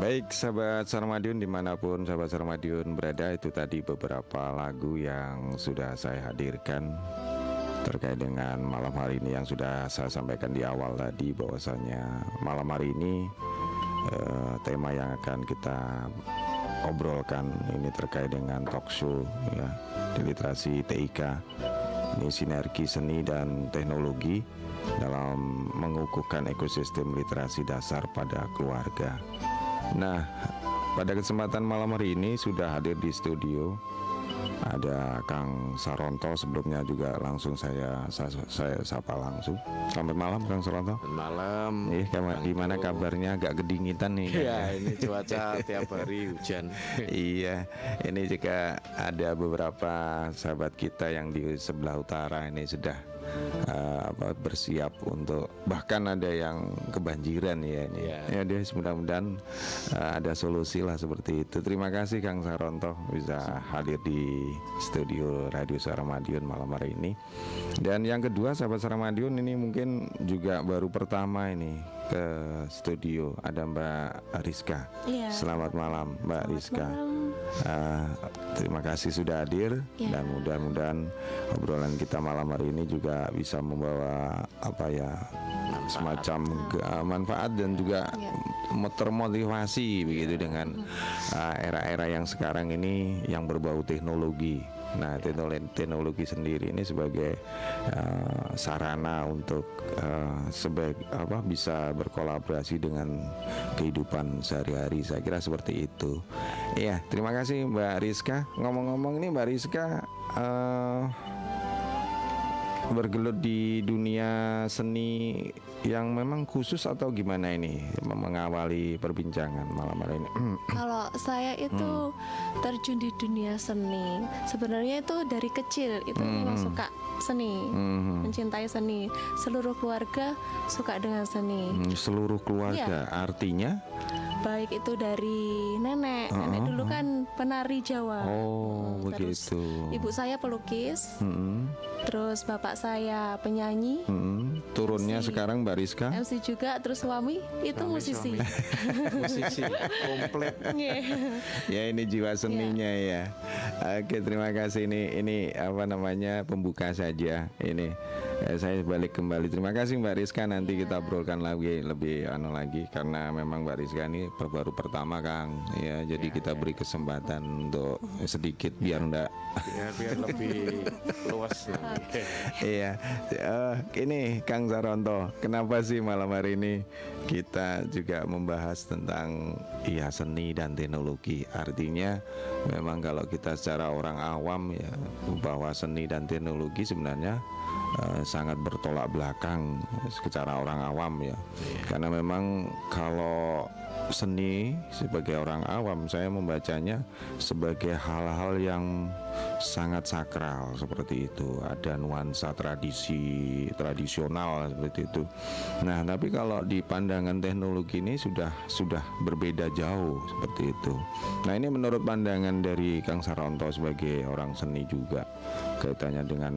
Baik sahabat Sarmadiun dimanapun sahabat Sarmadiun berada, itu tadi beberapa lagu yang sudah saya hadirkan terkait dengan malam hari ini yang sudah saya sampaikan di awal tadi, bahwasanya malam hari ini tema yang akan kita obrolkan ini terkait dengan talk show ya di literasi TIK. Ini sinergi seni dan teknologi dalam mengukuhkan ekosistem literasi dasar pada keluarga. Nah, pada kesempatan malam hari ini sudah hadir di studio ada Kang Saronto. Sebelumnya juga langsung saya sapa langsung. Selamat malam Kang Saronto. Malam. Gimana kabarnya? Agak kedinginan nih. Iya, ini cuaca tiap hari hujan. Iya, ini juga ada beberapa sahabat kita yang di sebelah utara ini sudah bersiap untuk, bahkan ada yang kebanjiran ya ini. Ya dia mudah-mudahan ada solusi lah seperti itu. Terima kasih Kang Saronto bisa hadir di studio Radio Suara Madiun malam hari ini. Dan yang kedua sahabat Suara Madiun ini mungkin juga baru pertama ini ke studio ada Mbak Rizka. Iya. Selamat malam Mbak Rizka. Terima kasih sudah hadir ya. Dan mudah-mudahan obrolan kita malam hari ini juga bisa membawa semacam manfaat dan juga termotivasi begitu dengan era-era yang sekarang ini yang berbau teknologi. Nah, teknologi sendiri ini sebagai sarana untuk bisa berkolaborasi dengan kehidupan sehari-hari. Saya kira seperti itu. Iya, terima kasih Mbak Rizka. Ngomong-ngomong nih Mbak Rizka bergelut di dunia seni yang memang khusus atau gimana ini mengawali perbincangan malam hari ini? Kalau saya itu terjun di dunia seni, sebenarnya itu dari kecil itu memang suka seni, mencintai seni. Seluruh keluarga suka dengan seni. Seluruh keluarga, artinya? Baik itu dari nenek dulu kan penari Jawa. Terus begitu. Ibu saya pelukis. Terus bapak saya penyanyi. Turunnya MC. Sekarang Mbak Rizka MC juga. Terus suami itu musisi. Musisi komplit. Ya ini jiwa seninya ya. Oke, terima kasih. Ini pembuka saja ini. Saya balik kembali. Terima kasih Mbak Rizka. Nanti kita obrolkan lagi lebih lagi karena memang Mbak Rizka ini baru pertama Kang. Ya, jadi kita beri kesempatan untuk sedikit biar biar lebih luas. Iya. Ini Kang Saronto, kenapa sih malam hari ini kita juga membahas tentang seni dan teknologi? Artinya memang kalau kita secara orang awam ya, bahwa seni dan teknologi sebenarnya sangat bertolak belakang secara orang awam ya. Karena memang kalau seni sebagai orang awam, saya membacanya sebagai hal-hal yang sangat sakral seperti itu. Ada nuansa tradisional seperti itu. Nah, tapi kalau di pandangan teknologi ini sudah berbeda jauh seperti itu. Nah, ini menurut pandangan dari Kang Saronto sebagai orang seni juga kaitannya dengan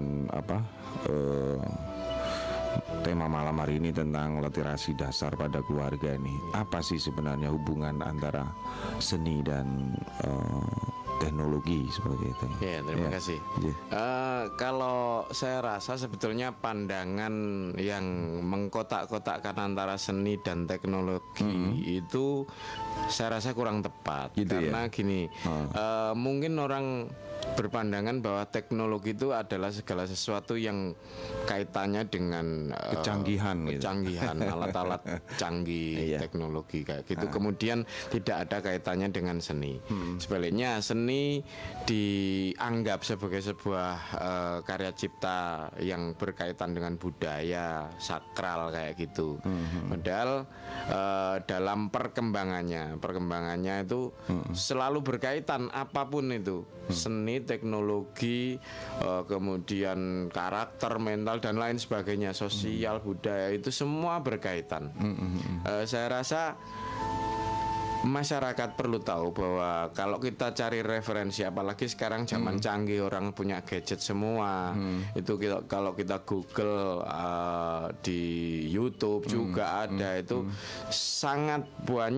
tema malam hari ini tentang literasi dasar pada keluarga ini. Apa sih sebenarnya hubungan antara seni dan teknologi seperti itu? Ya, terima kasih. Kalau saya rasa sebetulnya pandangan yang mengkotak-kotakkan antara seni dan teknologi itu saya rasa kurang tepat. Karena gini, mungkin orang berpandangan bahwa teknologi itu adalah segala sesuatu yang kaitannya dengan kecanggihan alat-alat canggih, teknologi kayak gitu. Kemudian tidak ada kaitannya dengan seni. Sebaliknya seni dianggap sebagai sebuah karya cipta yang berkaitan dengan budaya sakral kayak gitu. Padahal dalam perkembangannya itu selalu berkaitan apapun itu, seni, teknologi, kemudian karakter, mental dan lain sebagainya, sosial, budaya, itu semua berkaitan. Saya rasa masyarakat perlu tahu bahwa kalau kita cari referensi, apalagi sekarang zaman canggih, orang punya gadget semua, itu kalau kita Google di YouTube juga ada, itu sangat banyak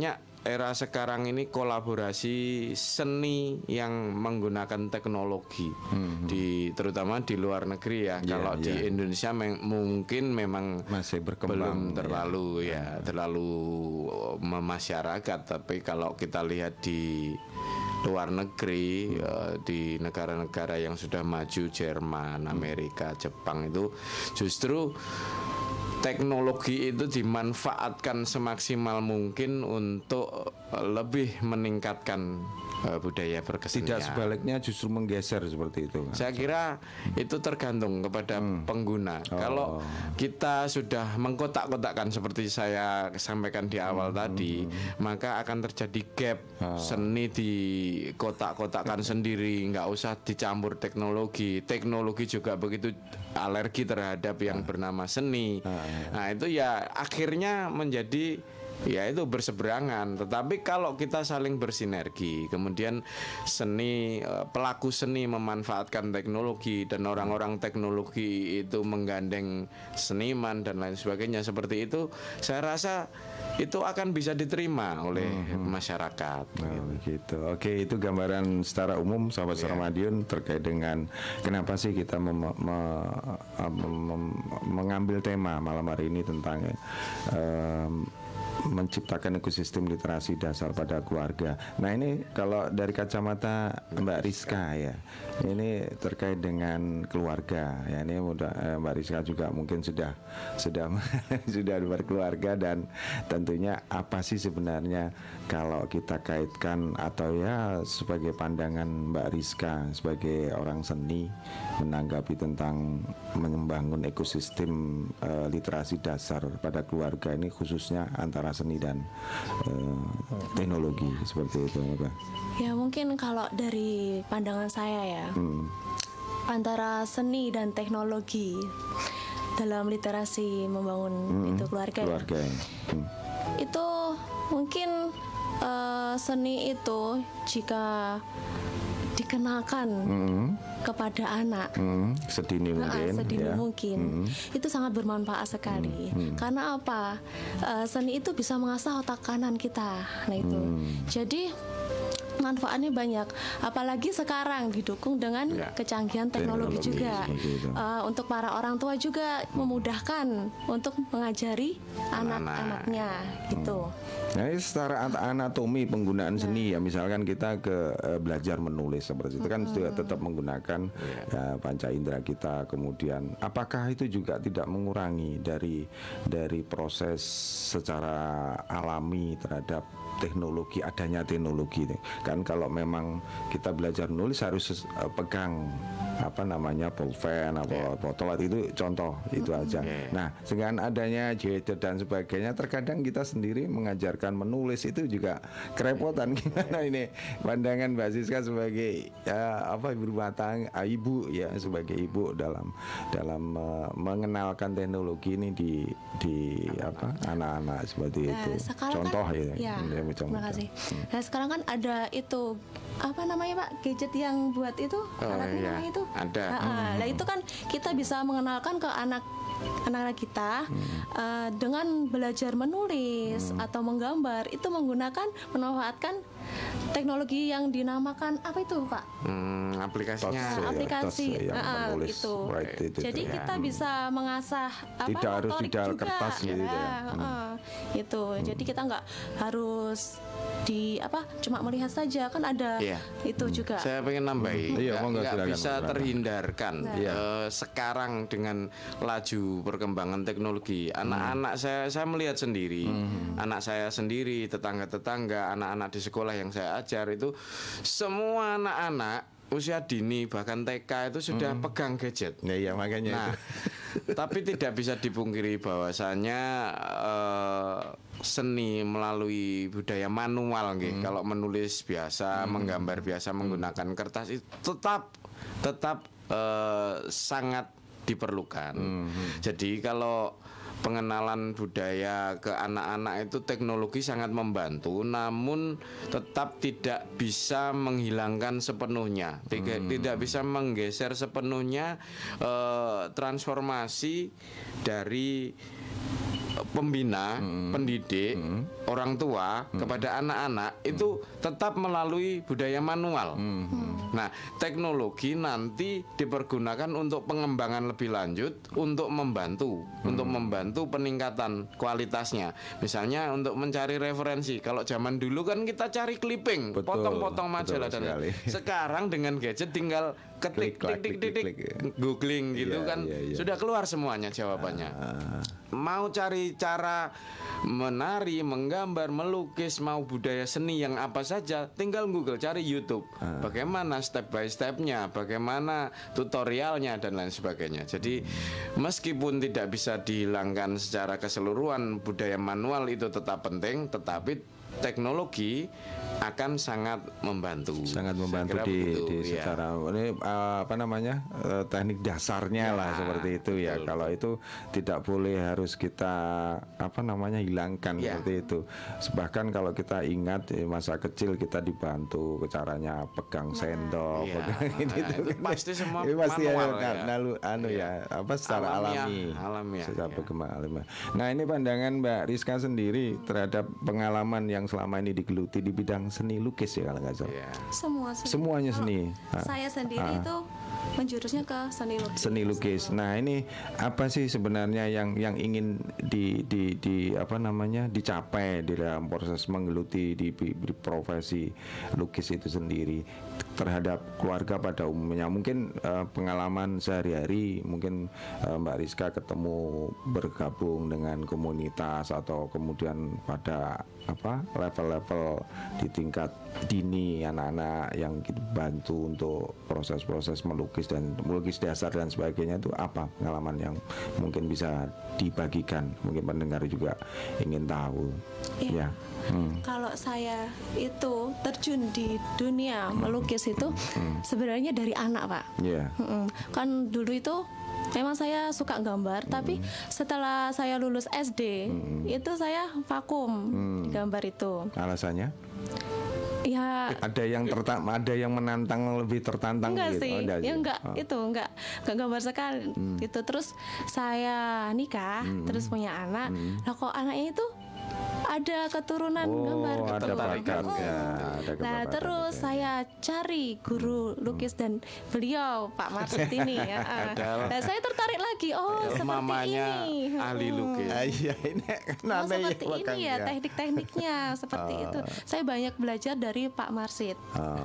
era sekarang ini kolaborasi seni yang menggunakan teknologi terutama di luar negeri ya. Kalau di Indonesia mungkin memang masih berkembang, belum terlalu terlalu memasyarakat. Tapi kalau kita lihat di luar negeri, di negara-negara yang sudah maju, Jerman, Amerika, Jepang, itu justru teknologi itu dimanfaatkan semaksimal mungkin untuk lebih meningkatkan budaya berkesenian. Tidak sebaliknya justru menggeser seperti itu. Saya kira itu tergantung kepada pengguna. Kalau kita sudah mengkotak-kotakkan seperti saya sampaikan di awal tadi, maka akan terjadi gap. Seni di kotak-kotakkan sendiri, nggak usah dicampur teknologi. Teknologi juga begitu alergi terhadap yang bernama seni. Nah itu ya akhirnya menjadi ya itu berseberangan. Tetapi kalau kita saling bersinergi, kemudian seni, pelaku seni memanfaatkan teknologi dan orang-orang teknologi itu menggandeng seniman dan lain sebagainya, seperti itu saya rasa itu akan bisa diterima oleh masyarakat. Gitu. Oke, itu gambaran secara umum sahabat Madiun terkait dengan kenapa sih kita mengambil tema malam hari ini tentang menciptakan ekosistem literasi dasar pada keluarga. Nah ini kalau dari kacamata Mbak Rizka ya, ini terkait dengan keluarga ya. Ini Mbak Rizka juga mungkin sudah sudah berkeluarga, dan tentunya apa sih sebenarnya kalau kita kaitkan atau ya sebagai pandangan Mbak Rizka sebagai orang seni menanggapi tentang membangun ekosistem literasi dasar pada keluarga ini, khususnya antara seni dan teknologi seperti itu, Mbak. Ya mungkin kalau dari pandangan saya ya, antara seni dan teknologi dalam literasi membangun itu keluarga. Ya. Itu mungkin seni itu jika dikenalkan kepada anak sedini mungkin, itu sangat bermanfaat sekali. Karena apa? Seni itu bisa mengasah otak kanan kita. Nah itu. Jadi manfaatnya banyak, apalagi sekarang didukung dengan kecanggihan teknologi juga. Untuk para orang tua juga memudahkan untuk mengajari anak-anaknya gitu. Nah, ini secara anatomi penggunaan seni ya, misalkan kita belajar menulis seperti itu kan juga tetap menggunakan panca indera kita. Kemudian apakah itu juga tidak mengurangi dari proses secara alami terhadap teknologi, adanya teknologi kan? Kalau memang kita belajar nulis harus pegang pulpen atau botol, itu contoh itu aja. Nah dengan adanya gadget dan sebagainya, terkadang kita sendiri mengajarkan menulis itu juga kerepotan. Gimana ini pandangan Mbak Siska sebagai ibu rumah tangga, ibu ya, sebagai ibu dalam mengenalkan teknologi ini di anak-anak seperti itu. Contoh kan, ya. Terima kasih. Nah sekarang kan ada itu Pak, gadget yang buat itu alatnya itu ada. Nah itu kan kita bisa mengenalkan ke anak-anak kita dengan belajar menulis atau menggambar, itu memanfaatkan teknologi yang dinamakan apa itu Pak? Aplikasinya. Aplikasi itu. Jadi kita bisa mengasah tidak harus di kertas gitu ya. Itu. Jadi kita nggak harus cuma melihat saja, kan ada itu juga. Saya pengen nambahin, nggak bisa terhindarkan sekarang dengan laju perkembangan teknologi. Anak-anak saya melihat sendiri, anak saya sendiri, tetangga-tetangga, anak-anak di sekolah yang saya ajar itu semua anak-anak usia dini bahkan TK itu sudah pegang gadget. Iya makanya itu. Tapi tidak bisa dipungkiri bahwasanya seni melalui budaya manual kalau menulis biasa, menggambar biasa menggunakan kertas itu tetap sangat diperlukan. Jadi kalau pengenalan budaya ke anak-anak itu teknologi sangat membantu, namun tetap tidak bisa menghilangkan sepenuhnya, tidak bisa menggeser sepenuhnya transformasi dari pembina, pendidik, orang tua kepada anak-anak itu tetap melalui budaya manual. Nah, teknologi nanti dipergunakan untuk pengembangan lebih lanjut untuk membantu peningkatan kualitasnya. Misalnya untuk mencari referensi. Kalau zaman dulu kan kita cari clipping, Betul, potong-potong majalah betul dan sekali. sekarang dengan gadget tinggal ketik tik googling gitu Iya, kan iya. sudah keluar semuanya jawabannya. Mau cari cara menari, menggambar, melukis, mau budaya seni yang apa saja, tinggal Google, cari YouTube. Bagaimana step by stepnya, bagaimana tutorialnya dan lain sebagainya. Jadi meskipun tidak bisa dihilangkan secara keseluruhan, budaya manual itu tetap penting, tetapi teknologi akan sangat membantu. Sangat Saya membantu kira di begitu, ya. secara ini apa namanya teknik dasarnya Ya, lah seperti itu ya. betul. Kalau itu tidak boleh harus kita apa namanya hilangkan Ya. seperti itu. Bahkan kalau kita ingat masa kecil kita dibantu caranya pegang sendok, Iya. pegang Nah, itu pasti semua itu pasti manual, ya, ya. apa secara Alamiah, secara ya. bagaimana alamiah. Nah ini pandangan Mbak Rizka sendiri terhadap pengalaman yang selama ini digeluti di bidang seni lukis ya kalau nggak salah. Iya. Semua seni. Semuanya Kalau seni. Saya sendiri itu menjurusnya ke seni lukis. Seni lukis. Nah ini apa sih sebenarnya yang ingin di apa namanya dicapai di dalam proses menggeluti di profesi lukis itu sendiri terhadap keluarga pada umumnya? Mungkin pengalaman sehari-hari, mungkin Mbak Rizka ketemu bergabung dengan komunitas atau kemudian pada apa level-level di tingkat dini anak-anak yang kita bantu untuk proses-proses melukis dan melukis dasar dan sebagainya, itu apa pengalaman yang mungkin bisa dibagikan, mungkin pendengar juga ingin tahu. Iya. Ya. Kalau saya itu terjun di dunia melukis itu sebenarnya dari anak, Pak. Ya. Kan dulu itu memang saya suka gambar, tapi setelah saya lulus SD itu saya vakum di gambar itu. Alasannya? Ya Ada yang menantang, lebih tertantang enggak gitu. sih, Oh, enggak ya sih. enggak Oh. itu enggak gambar sekali itu. Terus saya nikah, terus punya anak. Lah kok anaknya itu ada keturunan gambar, ada ketertarikan. bakat ya, ada Nah kebakatan terus itu. saya cari guru lukis dan beliau Pak Marsit ini ya. Nah saya tertarik lagi, seperti Mamanya ini. ahli lukis. Iya ini kan Seperti ini ya teknik-tekniknya seperti itu. Saya banyak belajar dari Pak Marsit.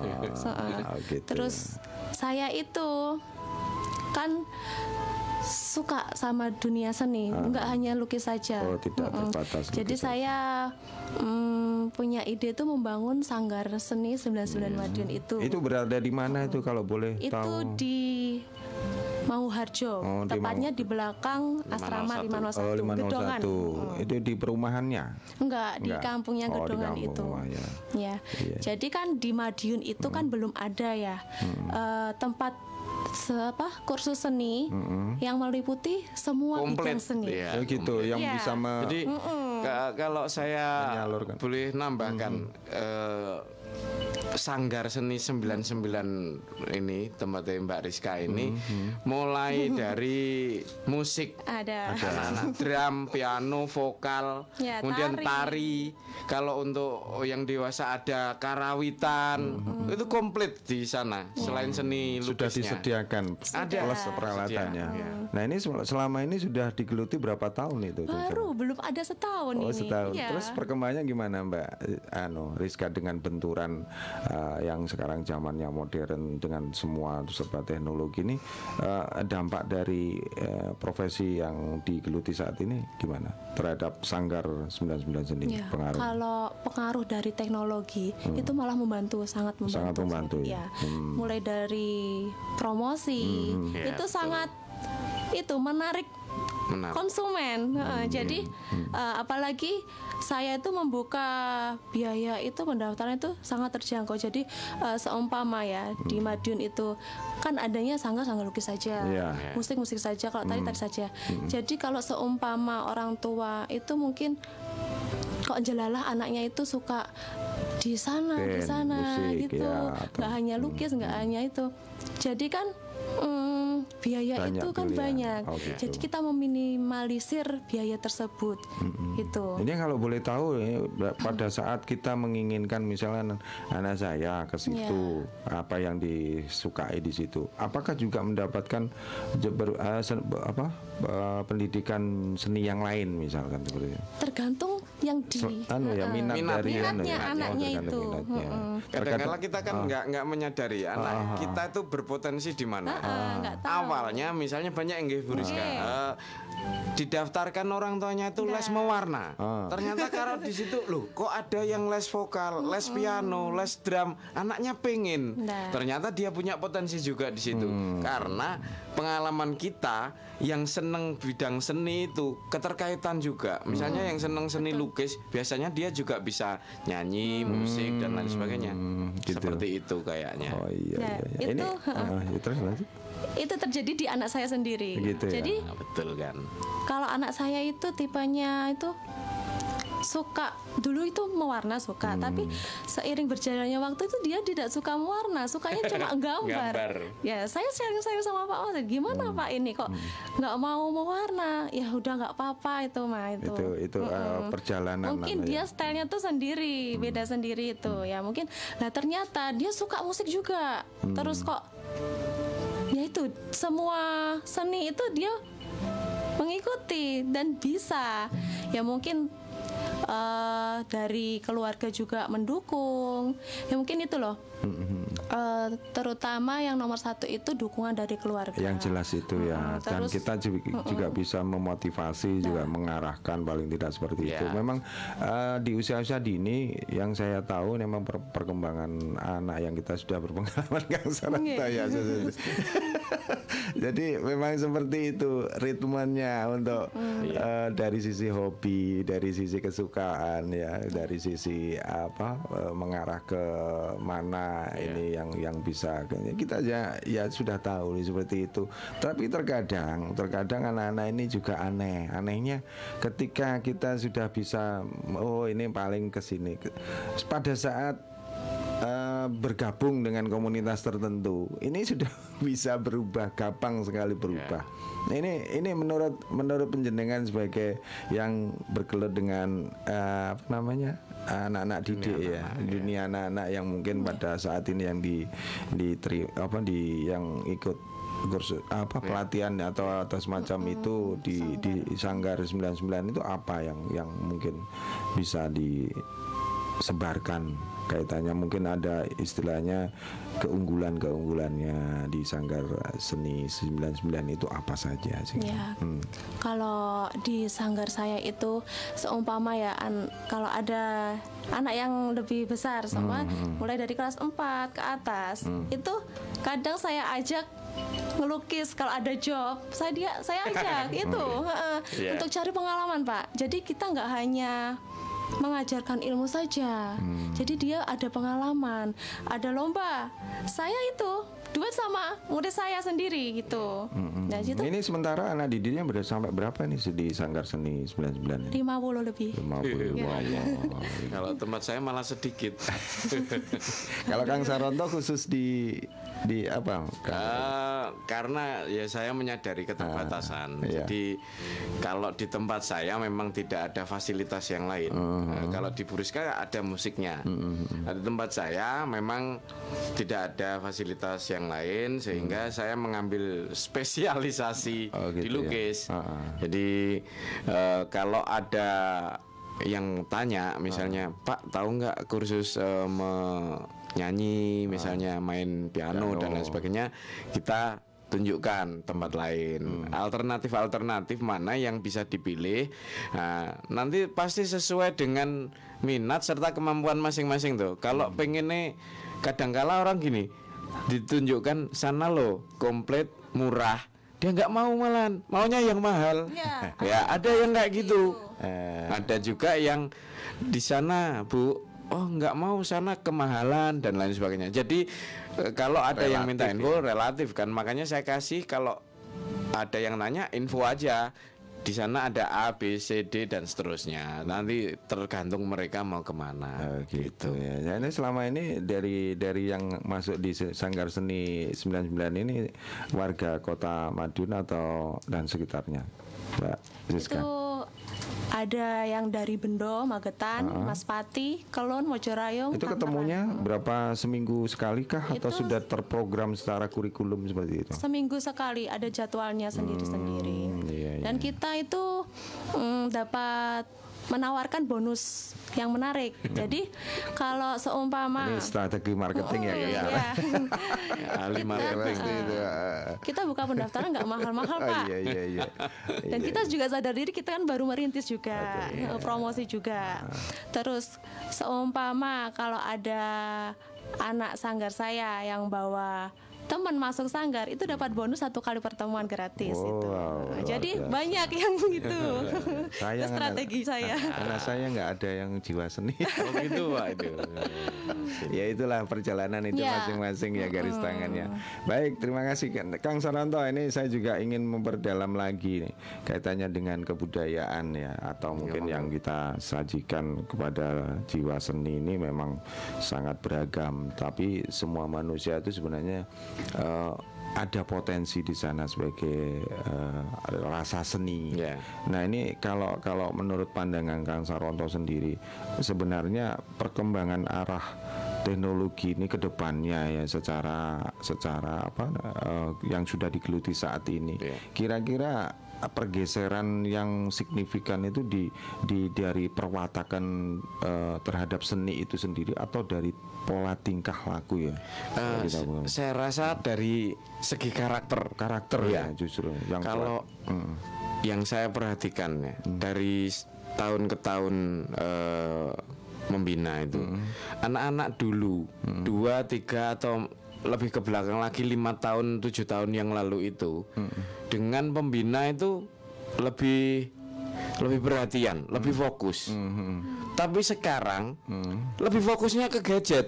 Gitu. Terus saya itu kan suka sama dunia seni, nggak hanya lukis saja. Oh, tidak terbatas Jadi lukis saya punya ide itu membangun sanggar seni 99 Madiun itu. Itu berada di mana itu kalau boleh Itu tahu? di Mauharjo, Oh, di tepatnya di belakang asrama 501, Oh, 501. Gedongan. Itu di perumahannya. Enggak, di Enggak. kampungnya Oh, di Gedongan kampung, itu. wah, ya. Ya. Iya. Jadi kan di Madiun itu kan belum ada ya tempat kursus seni yang meliputi semua Komplit, bidang seni. ya. Ya gitu, yang Iya. bisa Jadi kalau saya Menyalurkan. boleh nambahkan Sanggar Seni 99 ini tempatnya Mbak Rizka ini mulai dari musik Ada. anak-anak drum, piano, vokal, Ya, kemudian tari. Kalau untuk yang dewasa ada karawitan, itu komplit di sana. Selain seni sudah lukisnya. disediakan Ada. plus peralatannya. Nah ini selama ini sudah digeluti berapa tahun itu? Baru belum ada setahun Oh ini. setahun. Iya. Terus perkembangannya gimana Mbak Rizka dengan benturan yang sekarang zamannya modern dengan semua serba teknologi ini, dampak dari profesi yang digeluti saat ini gimana terhadap Sanggar 99 seni? Ya, Pengaruh? kalau pengaruh dari teknologi itu malah membantu, sangat membantu. Sangat membantu, ya. Mulai dari promosi Ya, itu betul. sangat itu menarik konsumen. Jadi apalagi saya itu membuka biaya itu pendaftaran itu sangat terjangkau. Jadi seumpama ya di Madiun itu kan adanya sanggar lukis saja, Iya. musik saja, kalau tadi saja. Jadi kalau seumpama orang tua itu mungkin kok jelalah anaknya itu suka di sana Band, musik, gitu, ya, atau- nggak hanya lukis, nggak hanya itu. Jadi kan biaya Banyak itu kan pilihan. banyak. Oh, gitu. Jadi kita meminimalisir biaya tersebut. Gitu. Ini kalau boleh tahu pada saat kita menginginkan misalnya anak saya ke situ, apa yang disukai di situ, apakah juga mendapatkan pendidikan seni yang lain misalkan seperti itu? Tergantung yang di Minat dari minatnya anaknya itu. Kadang-kala kita kan nggak menyadari anak kita itu berpotensi di mana. Nggak tahu. Awalnya misalnya banyak yang nggih Bu Rizka, didaftarkan orang tuanya itu les mewarna. Ternyata kalau di situ loh kok ada yang les vokal, les piano, les drum, anaknya pengen. Ternyata dia punya potensi juga di situ. Karena pengalaman kita yang seneng bidang seni itu keterkaitan juga. Misalnya yang seneng seni lukis, biasanya dia juga bisa nyanyi, musik dan lain sebagainya. Gitu. Seperti itu kayaknya. Oh iya, Nah, iya. Ini terus lanjut. Itu terjadi di anak saya sendiri. Begitu ya? Jadi Nah, betul kan. kalau anak saya itu tipenya itu suka dulu itu mewarna suka, tapi seiring berjalannya waktu itu dia tidak suka mewarna, sukanya cuma gambar. Ya saya sharing sama Pak Mas, gimana Pak ini kok nggak mau mewarna? Ya udah nggak apa-apa itu mah itu. Itu perjalanan. Mungkin namanya. dia stylenya tuh sendiri, beda sendiri itu. Ya mungkin. Nah ternyata dia suka musik juga. Terus kok ya itu semua seni itu dia mengikuti dan bisa. Ya mungkin dari keluarga juga mendukung. Ya mungkin itu loh. Terutama yang nomor satu itu dukungan dari keluarga. Yang jelas itu ya. Dan terus, kita juga bisa memotivasi, juga mengarahkan paling tidak seperti itu. Memang di usia-usia dini yang saya tahu memang perkembangan anak yang kita sudah berpengalaman Kang Saranta ya. Jadi memang seperti itu ritmenya untuk dari sisi hobi, dari sisi kesukaan ya, dari sisi mengarah ke mana ini yang bisa kita ya sudah tahu seperti itu. Tapi terkadang anak-anak ini juga anehnya ketika kita sudah bisa ini paling kesini pada saat bergabung dengan komunitas tertentu ini sudah bisa berubah, gampang sekali berubah. Ini menurut penjenengan sebagai yang bergelut dengan anak-anak didik dunia anak-anak yang mungkin pada saat ini yang yang ikut kursus pelatihan atau semacam itu di Sanggar 99 itu apa yang mungkin bisa disebarkan kaitannya, mungkin ada istilahnya keunggulannya di Sanggar Seni 99 itu apa saja sih? Ya, kalau di sanggar saya itu seumpama ya kalau ada anak yang lebih besar sama mulai dari kelas 4 ke atas itu kadang saya ajak ngelukis, kalau ada job saya ajak itu untuk cari pengalaman Pak. Jadi kita nggak hanya mengajarkan ilmu saja. Jadi dia ada pengalaman, ada lomba. Saya itu duet sama murid saya sendiri gitu. Nah, situ ini sementara anak didiknya sampai berapa nih di Sanggar Seni 99? 50 lebih. 50. Kalau tempat saya malah sedikit. Kalau Kang Saronto khusus di apa? Karena ya saya menyadari keterbatasan. Jadi kalau di tempat saya memang tidak ada fasilitas yang lain. Kalau di Buriska ada musiknya. Di tempat saya memang tidak ada fasilitas yang lain sehingga saya mengambil spesialisasi di lukis. Jadi kalau ada yang tanya misalnya, Pak tahu nggak kursus nyanyi misalnya main piano dan lain sebagainya, kita tunjukkan tempat lain, alternatif mana yang bisa dipilih. Nah, nanti pasti sesuai dengan minat serta kemampuan masing-masing tuh. Kalau pengennya kadangkala orang gini ditunjukkan sana loh komplit murah, dia nggak mau, malan maunya yang mahal. Ya ada yang kayak gitu. Ada juga yang di sana Bu, nggak mau sana kemahalan dan lain sebagainya. Jadi kalau ada yang minta info relatif kan, makanya saya kasih kalau ada yang nanya info aja. di sana ada A, B, C, D dan seterusnya. Nanti tergantung mereka mau kemana. Gitu ya. Ya, ini selama ini dari yang masuk di Sanggar Seni 99 ini warga Kota Madiun atau dan sekitarnya, Mbak Siska? Itu ada yang dari Bendo, Magetan, Maspati, Kelon, Mojorayong. Itu ketemunya berapa seminggu sekali kah atau Itu sudah terprogram secara kurikulum seperti itu? seminggu sekali, ada jadwalnya sendiri-sendiri. Iya, Dan kita itu dapat menawarkan bonus yang menarik. Jadi kalau seumpama Ini strategi marketing ya, iya. Ahli marketing. Kita buka pendaftaran nggak mahal-mahal, Pak. Iya. Dan kita juga sadar diri, kita kan baru merintis juga, promosi juga. Terus seumpama kalau ada anak sanggar saya yang bawa teman masuk sanggar, itu dapat bonus 1 kali pertemuan gratis itu. Wow, Jadi luar biasa. banyak yang gitu. Saya Itu strategi saya. Karena saya nggak ada yang jiwa seni. Oh gitu Pak itu. Ya itulah perjalanan itu Ya. masing-masing ya garis tangannya. Baik, terima kasih Kang Saranto. Ini saya juga ingin memperdalam lagi nih kaitannya dengan kebudayaan ya, atau mungkin yang kita sajikan kepada jiwa seni ini memang sangat beragam. Tapi semua manusia itu sebenarnya ada potensi di sana sebagai rasa seni. Ya. Nah ini kalau menurut pandangan Kang Saranto sendiri, sebenarnya perkembangan arah teknologi ini ke depannya ya secara apa yang sudah digeluti saat ini, kira-kira pergeseran yang signifikan itu dari perwatakan terhadap seni itu sendiri atau dari pola tingkah laku ya? Saya rasa dari segi karakter ya justru yang kalau yang saya perhatikan ya dari tahun ke tahun membina itu anak-anak dulu 2, 3 atau lebih ke belakang lagi 5 tahun 7 tahun yang lalu itu dengan pembina itu lebih perhatian, lebih fokus. Tapi sekarang lebih fokusnya ke gadget.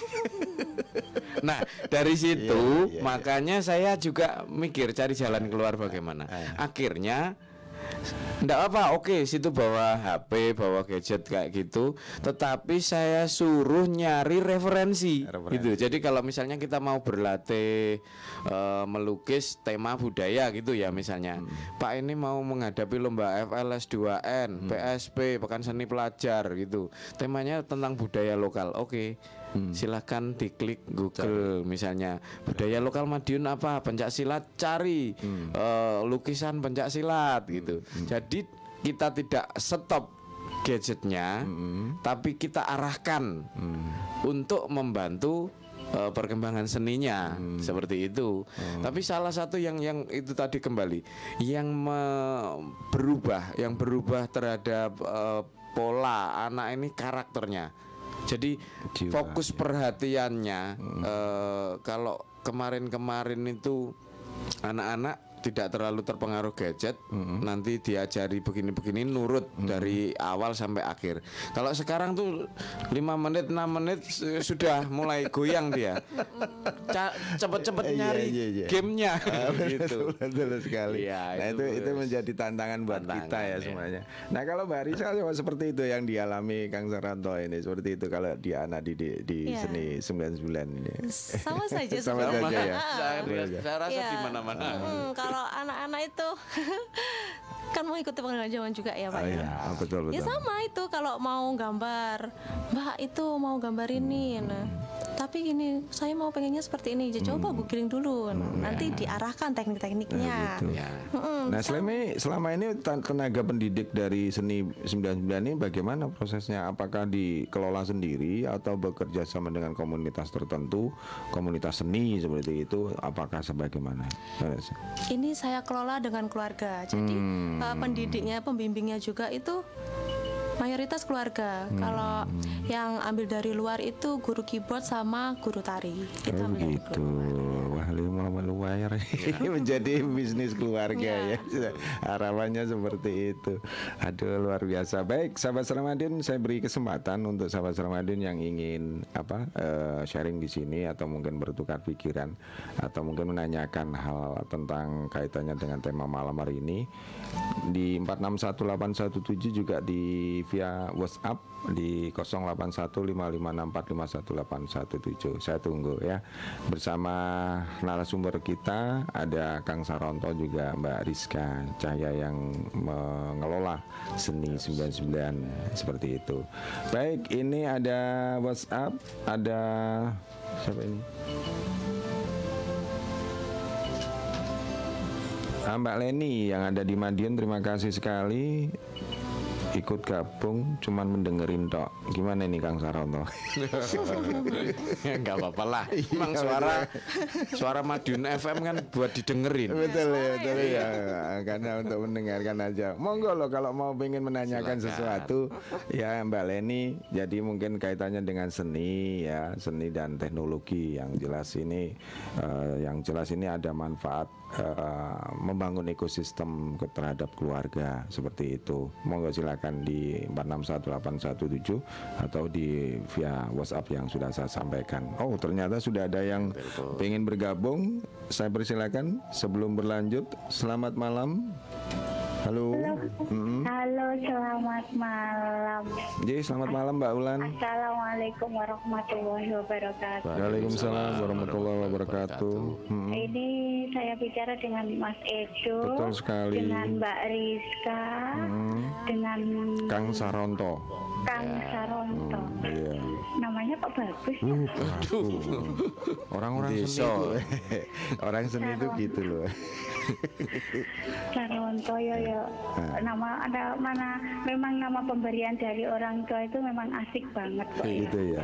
Nah dari situ makanya saya juga mikir cari jalan keluar bagaimana. Akhirnya nggak apa, oke situ bawa HP, bawa gadget kayak gitu, tetapi saya suruh nyari referensi. Gitu. Jadi kalau misalnya kita mau berlatih melukis tema budaya gitu ya misalnya, Pak ini mau menghadapi lomba FLS 2N, PSP, Pekan Seni Pelajar gitu, temanya tentang budaya lokal. Oke. Silahkan diklik Google misalnya budaya lokal Madiun apa, pencak silat, cari lukisan pencak silat gitu. Jadi kita tidak stop gadgetnya, tapi kita arahkan untuk membantu perkembangan seninya seperti itu. Tapi salah satu yang itu tadi kembali yang berubah terhadap pola anak ini karakternya. Jadi fokus perhatiannya kalau kemarin itu anak-anak tidak terlalu terpengaruh gadget, nanti diajari begini-begini nurut dari awal sampai akhir. Kalau sekarang tuh 5 menit 6 menit sudah mulai goyang dia. Cepet-cepet nyari gamenya gitu. Betul sekali. Ya, nah itu menjadi tantangan buat kita ya semuanya. Nah kalau Mbak Risa seperti itu yang dialami Kang Saranto ini, seperti itu kalau dia anak di seni 99 ini. Sama saja Sama saja ya. Saya rasa di mana-mana. Kalau anak-anak itu kan mau ikuti perkembangan zaman juga ya Pak. Betul. Ya sama itu kalau mau gambar, Mbak itu mau gambar ini, nah tapi gini saya mau pengennya seperti ini, coba googling dulu, nanti diarahkan teknik-tekniknya. Nah selama ini tenaga pendidik dari seni 99 ini bagaimana prosesnya? Apakah dikelola sendiri atau bekerja sama dengan komunitas tertentu, komunitas seni seperti itu? Apakah sebagaimana? Ini saya kelola dengan keluarga. Jadi pendidiknya, pembimbingnya juga itu mayoritas keluarga. Kalau yang ambil dari luar itu guru keyboard sama guru tari. Kita begitu. Wah luar terbayar. Menjadi bisnis keluarga ya. Harapannya seperti itu. Aduh, luar biasa. Baik, sahabat Ramadan, saya beri kesempatan untuk sahabat Ramadan yang ingin sharing di sini atau mungkin bertukar pikiran atau mungkin menanyakan hal tentang kaitannya dengan tema malam hari ini di 461817 juga di via WhatsApp di 081556451817. Saya tunggu ya. Bersama narasumber kita ada Kang Saronto juga Mbak Rizka Cahya yang mengelola Seni 99 seperti itu. Baik, ini ada WhatsApp, ada siapa ini? Mbak Leni yang ada di Madiun, terima kasih sekali ikut gabung, cuman mendengerin tok. Gimana nih Kang Saronto? Enggak apa-apa lah. Emang suara Madiun FM kan buat didengerin. Betul ya. Karena untuk mendengarkan aja. Monggo loh kalau mau pengen menanyakan sesuatu ya Mbak Leni. Jadi mungkin kaitannya dengan seni ya, seni dan teknologi. Yang jelas ini ada manfaat membangun ekosistem terhadap keluarga seperti itu. Monggo silakan di 461817 atau di via WhatsApp yang sudah saya sampaikan. Oh, ternyata sudah ada yang pengen bergabung. Saya persilakan sebelum berlanjut. Selamat malam. Halo. Halo, selamat malam. Jadi selamat malam Mbak Ulan. Assalamualaikum warahmatullahi wabarakatuh. Waalaikumsalam warahmatullahi wabarakatuh. Ini saya bicara dengan Mas Edo, Betul sekali. dengan Mbak Rizka, dengan Kang Saronto. Kang Saronto. Iya. Namanya kok bagus ya? Orang-orang seni itu, orang seni itu gitu loh. Saronto ya. Nama ada mana? Memang nama pemberian dari orang tua itu memang asik banget kok. Gitu ya.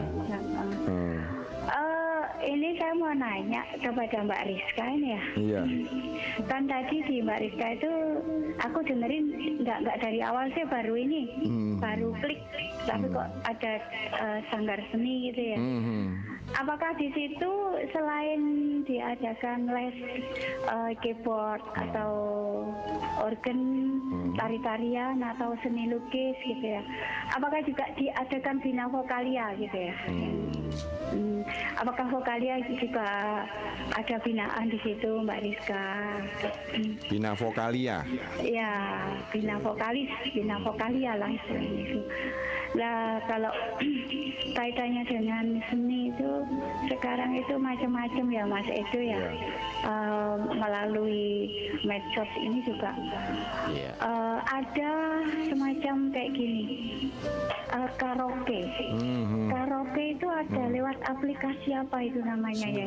Ini saya mau nanya kepada Mbak Rizka ini ya. Iya. Kan tadi di Mbak Rizka itu aku dengerin nggak dari awal sih, baru ini, baru klik, tapi kok ada sanggar seni gitu ya. Apakah di situ selain diadakan les keyboard atau organ, tari-tarian atau seni lukis gitu ya, apakah juga diadakan bina vokalia gitu ya? Apakah vokalia juga ada binaan di situ Mbak Rizka? Bina vokalia. Ya, bina vokalia lah istilahnya itu. Nah, kalau kaitannya dengan seni itu sekarang itu macam-macam ya Mas Edo ya. Melalui medsos ini juga ada semacam kayak gini, karaoke. Karaoke itu ada lewat aplikasi apa itu namanya ya?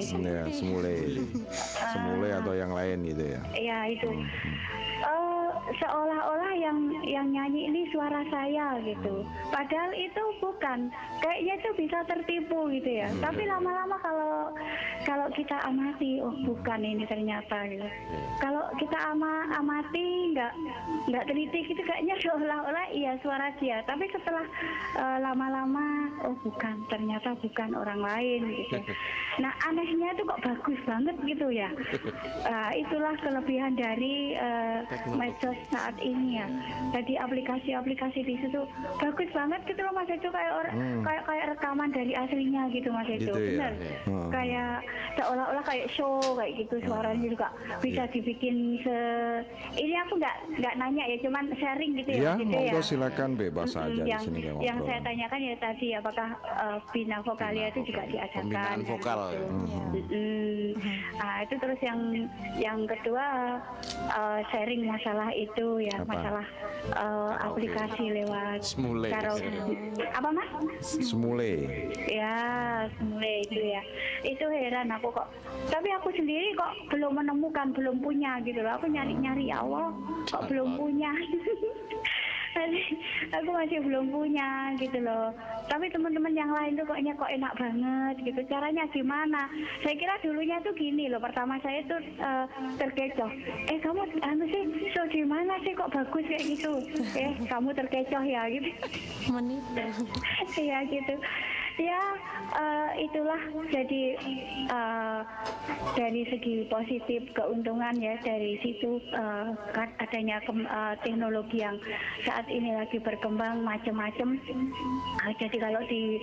Semule atau yang lain gitu ya? Ya itu. Seolah-olah yang nyanyi ini suara saya gitu. Padahal itu bukan. Kayaknya itu bisa tertipu gitu ya. Tapi lama-lama kalau kita amati, oh bukan ini ternyata gitu. Kalau kita amati nggak teliti gitu, kayaknya seolah-olah iya suara dia. Tapi setelah lama-lama, oh bukan, ternyata bukan orang lain gitu. Nah anehnya itu kok bagus banget gitu ya. Itulah kelebihan dari medsos saat ini ya. Jadi aplikasi-aplikasi di situ bagus banget gitu loh Mas Edo, kayak kayak rekaman dari aslinya gitu Mas Edo. Gitu bener. Ya? Kayak seolah-olah kayak show kayak gitu, suaranya juga bisa dibikin ini aku nggak nanya ya, cuman sharing gitu ya. Ya, gitu monggo ya. silakan bebas aja di sini Yang saya tanyakan ya tadi, apakah bina vokalia itu juga diadakan? Pembinaan vokal. Nah itu terus yang kedua sharing masalah itu ya. Apa? Masalah aplikasi lewat Semule. Apa Mas? Semule. Ya semule itu ya. Itu heran aku kok. Tapi aku sendiri kok belum menemukan, belum punya gitu loh. Aku nyari-nyari awal kok belum punya. Aku masih belum punya gitu loh. Tapi teman-teman yang lain tuh kok enak banget gitu. Caranya gimana? Saya kira dulunya tuh gini loh. Pertama saya tuh terkecoh. Kamu sih di mana sih kok bagus kayak gitu? Kamu terkecoh ya gitu. Menipu. Iya gitu. Ya, itulah jadi dari segi positif keuntungan ya dari situ adanya teknologi yang saat ini lagi berkembang macam-macam. Jadi kalau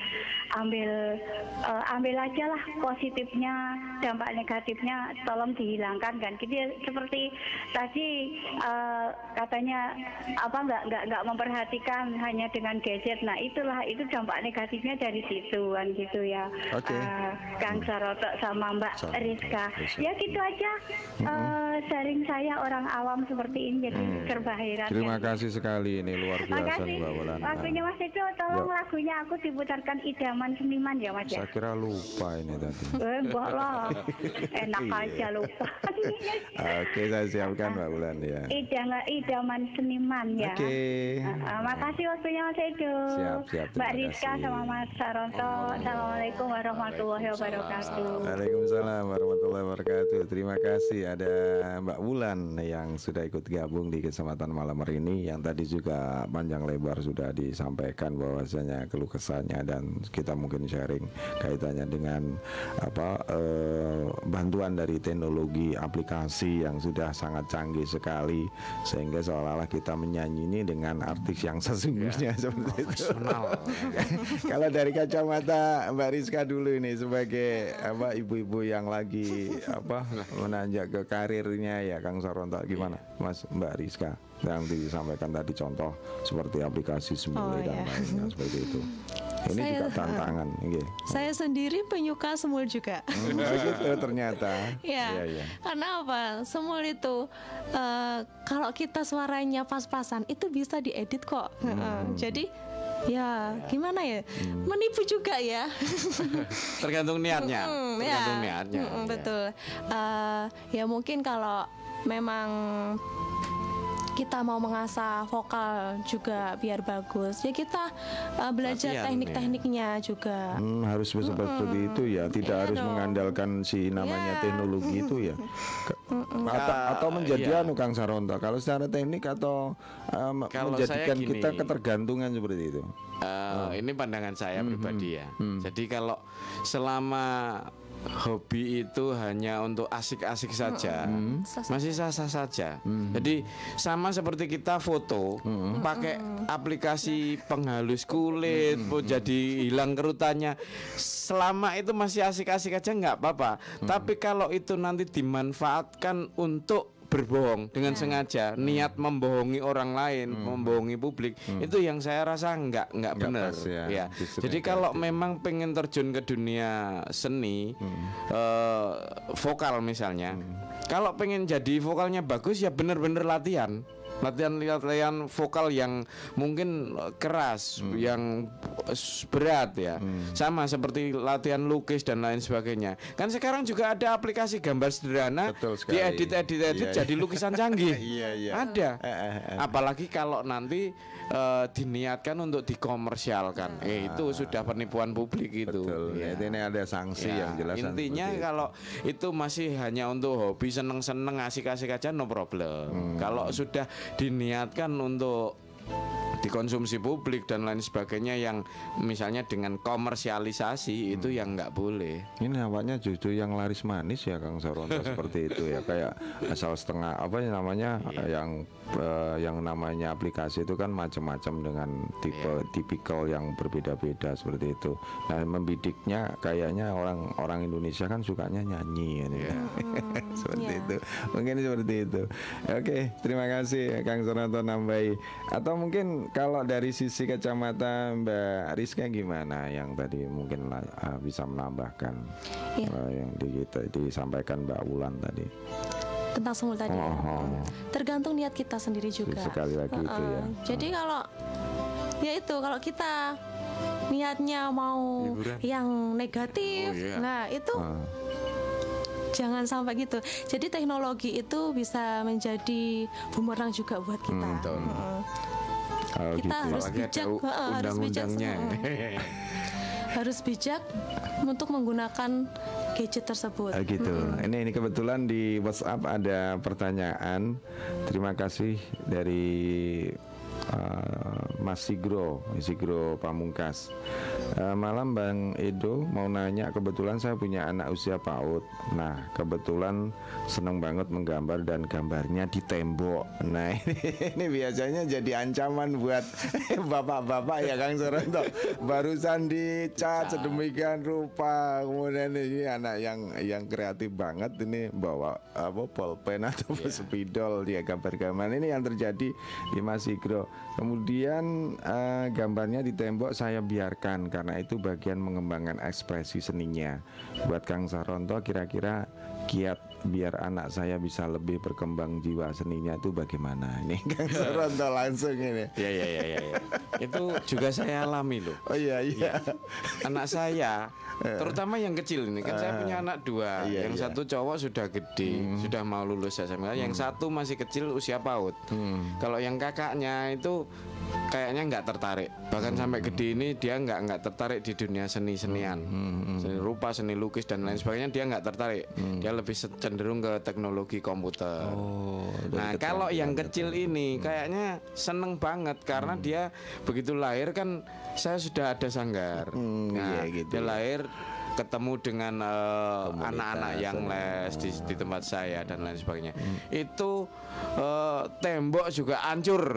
ambil aja lah positifnya, dampak negatifnya tolong dihilangkan kan. Jadi seperti tadi katanya nggak memperhatikan hanya dengan gadget. Nah itu dampak negatifnya dari situ kan gitu ya. Kang Saroto sama Mbak Rizka. Ya gitu aja. Sharing saya orang awam seperti ini jadi serba heran. Terima kasih sekali, ini luar biasa. Makasih. Mbak Wulan. Lagunya Mas Edo, tolong lagunya aku diputarkan Idaman Seniman ya Mas ya. Saya kira lupa ini tadi. Enggak lah. Enak aja lupa. Oke, saya siapkan Mbak Wulan ya. Idaman Seniman ya. Oke. Makasih waktunya Mas Edo. Siap. Mbak Rizka sama Mas Saronto. Assalamualaikum warahmatullahi wabarakatuh. Waalaikumsalam warahmatullahi wabarakatuh. Terima kasih ada Mbak Wulan yang sudah ikut gabung di kesempatan malam hari ini, yang tadi juga panjang lebar sudah disampaikan bahwasanya keluh kesahnya dan kita mungkin sharing kaitannya dengan bantuan dari teknologi aplikasi yang sudah sangat canggih sekali sehingga seolah-olah kita menyanyi ini dengan artis yang sesungguhnya seperti itu. Kalau dari kacamata Mbak Rizka dulu ini sebagai ibu-ibu yang lagi menanjak ke karirnya ya Kang Saronto, gimana Mas Mbak Rizka yang disampaikan tadi contoh seperti aplikasi Semule dan lainnya seperti itu. Ini juga tantangan. Saya sendiri penyuka Semul juga. Begitu ternyata. Ya. Karena apa? Semul itu kalau kita suaranya pas-pasan itu bisa diedit kok. Jadi ya gimana ya, menipu juga ya. Tergantung niatnya. Tergantung niatnya. Betul. Ya mungkin kalau memang kita mau mengasah vokal juga biar bagus ya kita belajar teknik-tekniknya juga. Harus seperti itu ya, tidak harus mengandalkan si namanya teknologi itu ya. Atau menjadi Kang Saronto kalau secara teknik atau menjadikan kita ketergantungan seperti itu. Ini pandangan saya pribadi ya. Jadi kalau selama hobi itu hanya untuk asik-asik saja, masih sah-sah saja. Jadi sama seperti kita foto pakai aplikasi penghalus kulit, jadi hilang kerutannya. Selama itu masih asik-asik aja nggak apa-apa. Tapi kalau itu nanti dimanfaatkan untuk berbohong dengan sengaja, niat membohongi orang lain, membohongi publik, itu yang saya rasa nggak benar ya. Jadi kalau memang pengen terjun ke dunia seni, vokal misalnya, kalau pengen jadi vokalnya bagus ya benar-benar latihan vokal yang mungkin keras, yang berat ya. Sama seperti latihan lukis dan lain sebagainya. Kan sekarang juga ada aplikasi gambar sederhana, diedit jadi lukisan canggih. Ada. Apalagi kalau nanti diniatkan untuk dikomersialkan, itu sudah penipuan publik itu. Ini ada sanksi yang jelas. Intinya kalau itu masih hanya untuk hobi, seneng-seneng, asik-asik aja, no problem. Kalau sudah diniatkan untuk dikonsumsi publik dan lain sebagainya yang misalnya dengan komersialisasi itu yang nggak boleh. Ini namanya justru yang laris manis ya Kang Saronto seperti itu ya, kayak asal setengah yang namanya aplikasi itu kan macam-macam dengan tipikal yang berbeda-beda seperti itu. Nah membidiknya kayaknya orang Indonesia kan sukanya nyanyi seperti itu. Mungkin seperti itu. Oke, terima kasih Kang Saronto nambahi. Atau mungkin kalau dari sisi kacamata Mbak Rizka gimana yang tadi mungkin bisa menambahkan yang disampaikan Mbak Wulan tadi tentang Semul tadi. Tergantung niat kita sendiri juga. Sekali lagi itu ya. Jadi kalau kalau kita niatnya mau hiburan yang negatif, nah itu jangan sampai gitu. Jadi teknologi itu bisa menjadi bumerang juga buat kita. Kita harus bijak, harus bijak untuk menggunakan gadget tersebut. Gitu. Ini kebetulan di WhatsApp ada pertanyaan. Terima kasih dari Mas Sigro Pamungkas. Malam Bang Edo, mau nanya, kebetulan saya punya anak usia PAUD. Nah, kebetulan seneng banget menggambar dan gambarnya di tembok. Nah, ini biasanya jadi ancaman buat bapak-bapak ya Kang Suronto. Barusan dicat sedemikian rupa, kemudian ini anak yang kreatif banget ini bawa pulpen atau spidol dia gambar-gambar. Ini yang terjadi di Mas Sigro. Kemudian gambarnya di tembok saya biarkan karena itu bagian mengembangkan ekspresi seninya. Buat Kang Saronto, kira-kira kiat biar anak saya bisa lebih berkembang jiwa seninya itu bagaimana? Ini Kang Saronto langsung ini. Ya. Itu juga saya alami loh. Oh iya. Anak saya, terutama yang kecil ini kan saya punya anak 2. Yang satu cowok sudah gede, sudah mau lulus SMA. Yang satu masih kecil usia PAUD. Kalau yang kakaknya itu kayaknya nggak tertarik. Bahkan sampai gede ini dia nggak tertarik di dunia seni-senian, seni rupa, seni lukis dan lain sebagainya, dia nggak tertarik. Dia lebih cenderung ke teknologi komputer. Nah, kalau yang kecil ini kayaknya seneng banget karena dia begitu lahir kan saya sudah ada sanggar. Nah, dia lahir ketemu dengan anak-anak yang les di tempat saya dan lain sebagainya. Itu tembok juga hancur.